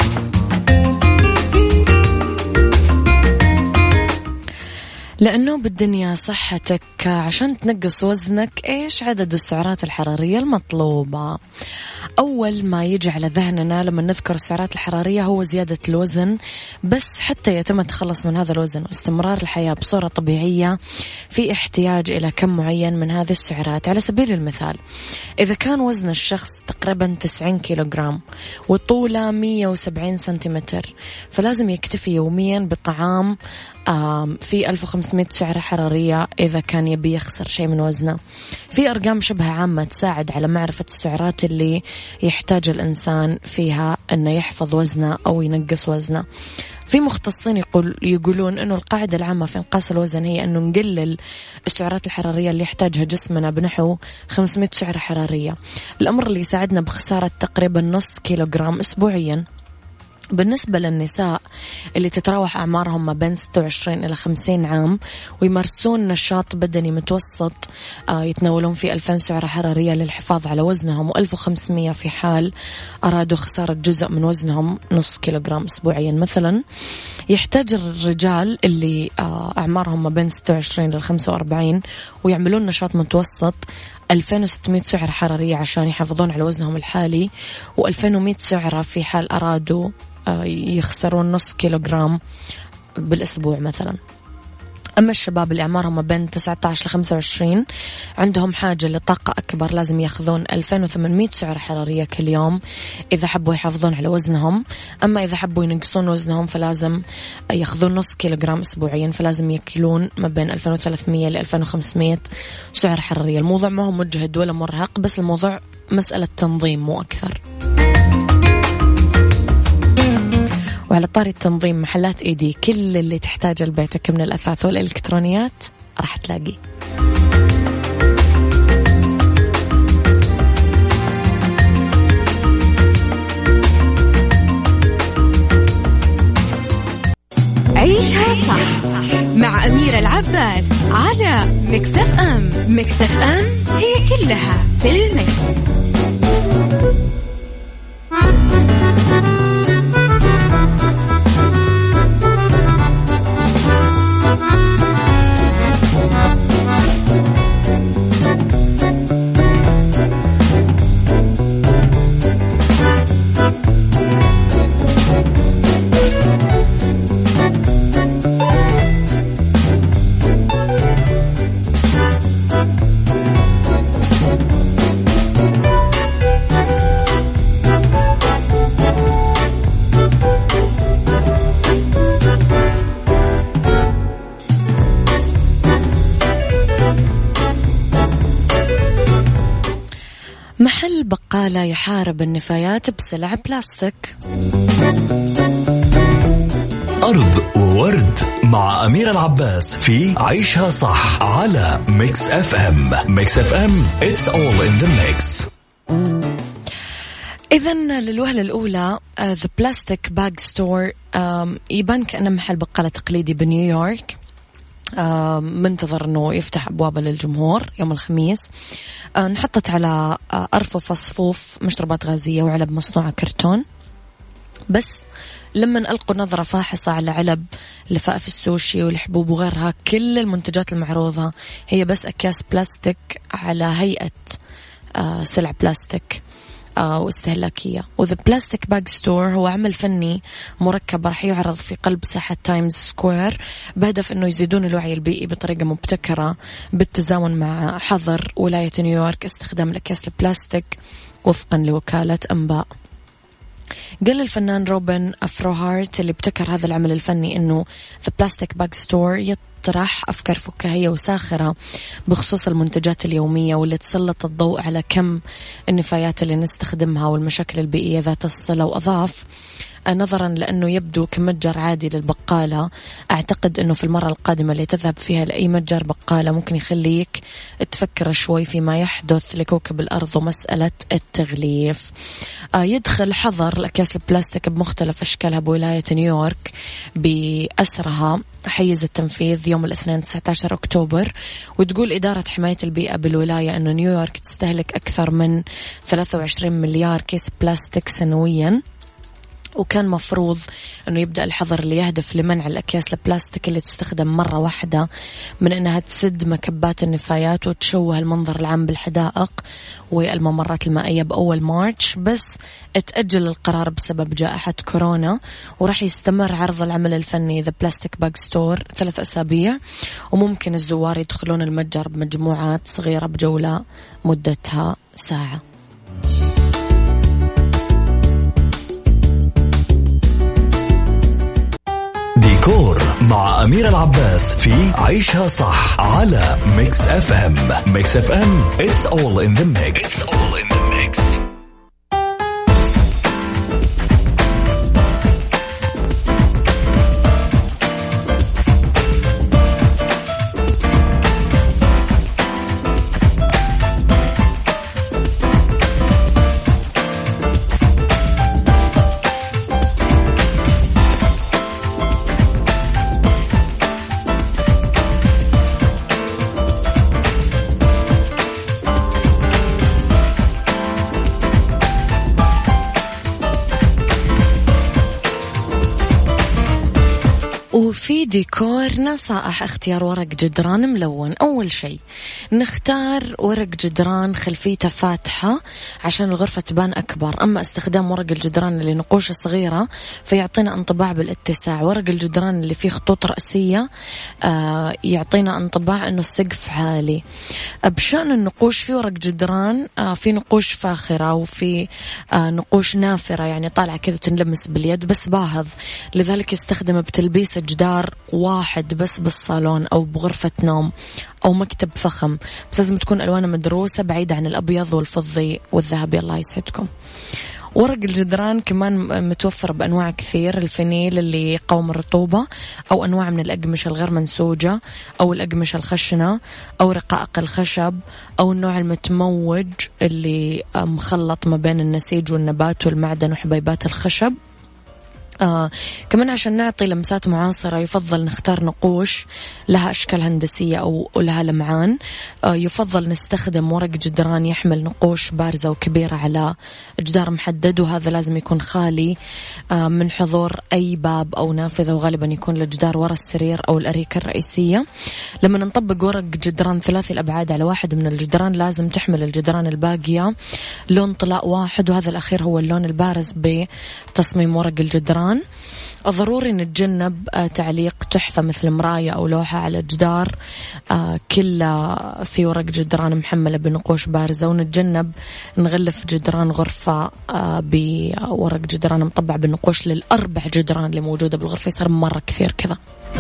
لأنه الدنيا صحتك. عشان تنقص وزنك إيش عدد السعرات الحرارية المطلوبة؟ أول ما يجي على ذهننا لما نذكر السعرات الحرارية هو زيادة الوزن، بس حتى يتم التخلص من هذا الوزن واستمرار الحياة بصورة طبيعية في احتياج إلى كم معين من هذه السعرات. على سبيل المثال، إذا كان وزن الشخص تقريبا تسعين كيلوغرام وطوله مية وسبعين سنتيمتر، فلازم يكتفي يوميا بطعام في ألف وخمسمائة سعرة حرارية إذا كان يبي يخسر شيء من وزنه. في أرقام شبه عامة تساعد على معرفة السعرات اللي يحتاج الإنسان فيها أنه يحفظ وزنه أو ينقص وزنه. في مختصين يقول يقولون أنه القاعدة العامة في إنقاص الوزن هي أنه نقلل السعرات الحرارية اللي يحتاجها جسمنا بنحو خمسمائة سعرة حرارية، الأمر اللي يساعدنا بخسارة تقريبا نص كيلوغرام أسبوعيا. بالنسبة للنساء اللي تتراوح أعمارهم ما بين ستة وعشرين إلى خمسين عام ويمارسون نشاط بدني متوسط، يتناولون فيه ألفين سعرة حرارية للحفاظ على وزنهم، وألف وخمسمائة في حال أرادوا خسارة جزء من وزنهم نص كيلوغرام أسبوعيا. مثلا يحتاج الرجال اللي أعمارهم ما بين ستة وعشرين إلى خمسة وأربعين ويعملون نشاط متوسط ألفين وستمائة سعرة حرارية عشان يحافظون على وزنهم الحالي، وألفين ومائة سعرة في حال أرادوا يخسرون نص كيلوغرام بالأسبوع مثلا. أما الشباب اللي أعمارهم ما بين تسعة عشر لخمسة وعشرين عندهم حاجة لطاقة أكبر، لازم يأخذون ألفين وثمانمائة سعرة حرارية كل يوم إذا حبوا يحافظون على وزنهم. أما إذا حبوا ينقصون وزنهم فلازم يأخذون نص كيلوغرام أسبوعيا، فلازم يأكلون ما بين ألفين وثلاثمائة ل ألفين وخمسمائة سعرة حرارية. الموضوع ما هو مجهد ولا مرهق، بس الموضوع مسألة تنظيم مو أكثر. وعلى طاري التنظيم، محلات إيدي كل اللي تحتاجه لبيتك من الأثاث والإلكترونيات راح تلاقيه. عيشها صح مع أميرة العباس على ميكس اف ام. ميكس اف ام هي كلها في الميكس. محل بقالة يحارب النفايات بسلع بلاستيك. أرض وورد مع أميرة العباس في عيشها صح على ميكس اف ام. ميكس اف ام it's all in the mix. إذن للوهلة الأولى The Plastic Bag Store يبان كأنه محل بقالة تقليدي بنيويورك، منتظر أنه يفتح أبوابه للجمهور يوم الخميس. انحطت على أرفف وصفوف مشروبات غازية وعلب مصنوعة كرتون، بس لما ألقوا نظرة فاحصة على علب لفائف السوشي والحبوب وغيرها، كل المنتجات المعروضة هي بس أكياس بلاستيك على هيئة سلع بلاستيك واستهلاكية. وذا بلاستيك باج ستور هو عمل فني مركب راح يعرض في قلب ساحة تايمز سكوير بهدف أنه يزيدون الوعي البيئي بطريقة مبتكرة بالتزامن مع حظر ولاية نيويورك استخدام الأكياس البلاستيك وفقا لوكالة أنباء. قال الفنان روبن أفروهارت اللي ابتكر هذا العمل الفني أنه The Plastic Bag Store يطرح أفكار فكاهية وساخرة بخصوص المنتجات اليومية واللي تسلط الضوء على كم النفايات اللي نستخدمها والمشاكل البيئية ذات الصلة. وأضاف نظرا لأنه يبدو كمتجر عادي للبقالة، أعتقد أنه في المرة القادمة اللي تذهب فيها لأي متجر بقالة ممكن يخليك تفكر شوي فيما يحدث لكوكب الأرض ومسألة التغليف. يدخل حظر الأكياس البلاستيك بمختلف أشكالها بولاية نيويورك بأسرها حيز التنفيذ يوم الاثنين تسعة عشر أكتوبر. وتقول إدارة حماية البيئة بالولاية أنه نيويورك تستهلك أكثر من ثلاثة وعشرين مليار كيس بلاستيك سنويا، وكان مفروض أنه يبدأ الحظر اللي يهدف لمنع الأكياس البلاستيك اللي تستخدم مرة واحدة من أنها تسد مكبات النفايات وتشوه المنظر العام بالحدائق والممرات المائية بأول مارش، بس اتأجل القرار بسبب جائحة كورونا، وراح يستمر عرض العمل الفني The Plastic Bag Store ثلاث أسابيع، وممكن الزوار يدخلون المتجر بمجموعات صغيرة بجولة مدتها ساعة. ديكور مع أمير العباس في عيشها صح على ميكس اف ام. ميكس اف ام it's all in the mix. It's all in the mix. وفي ديكور نصائح اختيار ورق جدران ملون. أول شيء نختار ورق جدران خلفيته فاتحة عشان الغرفة تبان أكبر، أما استخدام ورق الجدران اللي نقوشه صغيرة فيعطينا انطباع بالاتساع. ورق الجدران اللي فيه خطوط رأسية آه يعطينا انطباع أنه السقف عالي. بشأن النقوش، في ورق جدران آه في نقوش فاخرة وفي آه نقوش نافرة، يعني طالعة كذا تنلمس باليد بس باهظ، لذلك يستخدم بتلبيس جدار واحد بس بالصالون أو بغرفة نوم أو مكتب فخم، بس لازم تكون ألوانه مدروسة بعيدة عن الأبيض والفضي والذهبي. الله يسعدكم. ورق الجدران كمان متوفر بأنواع كثير، الفينيل اللي يقاوم الرطوبة، أو أنواع من الأقمشة الغير منسوجة، أو الأقمشة الخشنة، أو رقائق الخشب، أو النوع المتموج اللي مخلط ما بين النسيج والنبات والمعدن وحبيبات الخشب. آه كمان عشان نعطي لمسات معاصرة يفضل نختار نقوش لها أشكال هندسية أو لها لمعان. آه يفضل نستخدم ورق جدران يحمل نقوش بارزة وكبيرة على جدار محدد، وهذا لازم يكون خالي آه من حضور أي باب أو نافذة، وغالبا يكون الجدار وراء السرير أو الأريكة الرئيسية. لما نطبق ورق جدران ثلاثي الأبعاد على واحد من الجدران لازم تحمل الجدران الباقية لون طلاء واحد، وهذا الأخير هو اللون البارز بتصميم ورق الجدران. ضروري نتجنب تعليق تحفة مثل مراية أو لوحة على جدار كلها في ورق جدران محملة بنقوش بارزة، ونتجنب نغلف جدران غرفة بورق جدران مطبع بالنقوش للأربع جدران اللي موجودة بالغرفة، يصير مرة كثير كذا.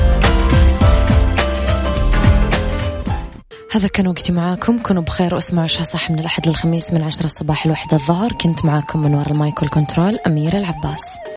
هذا كان وقتي معاكم، كونوا بخير واسمعوا عيشها صح من الأحد للخميس من عشرة الصباح لواحدة الظهر. كنت معاكم من وراء المايك والكنترول أميرة العباس.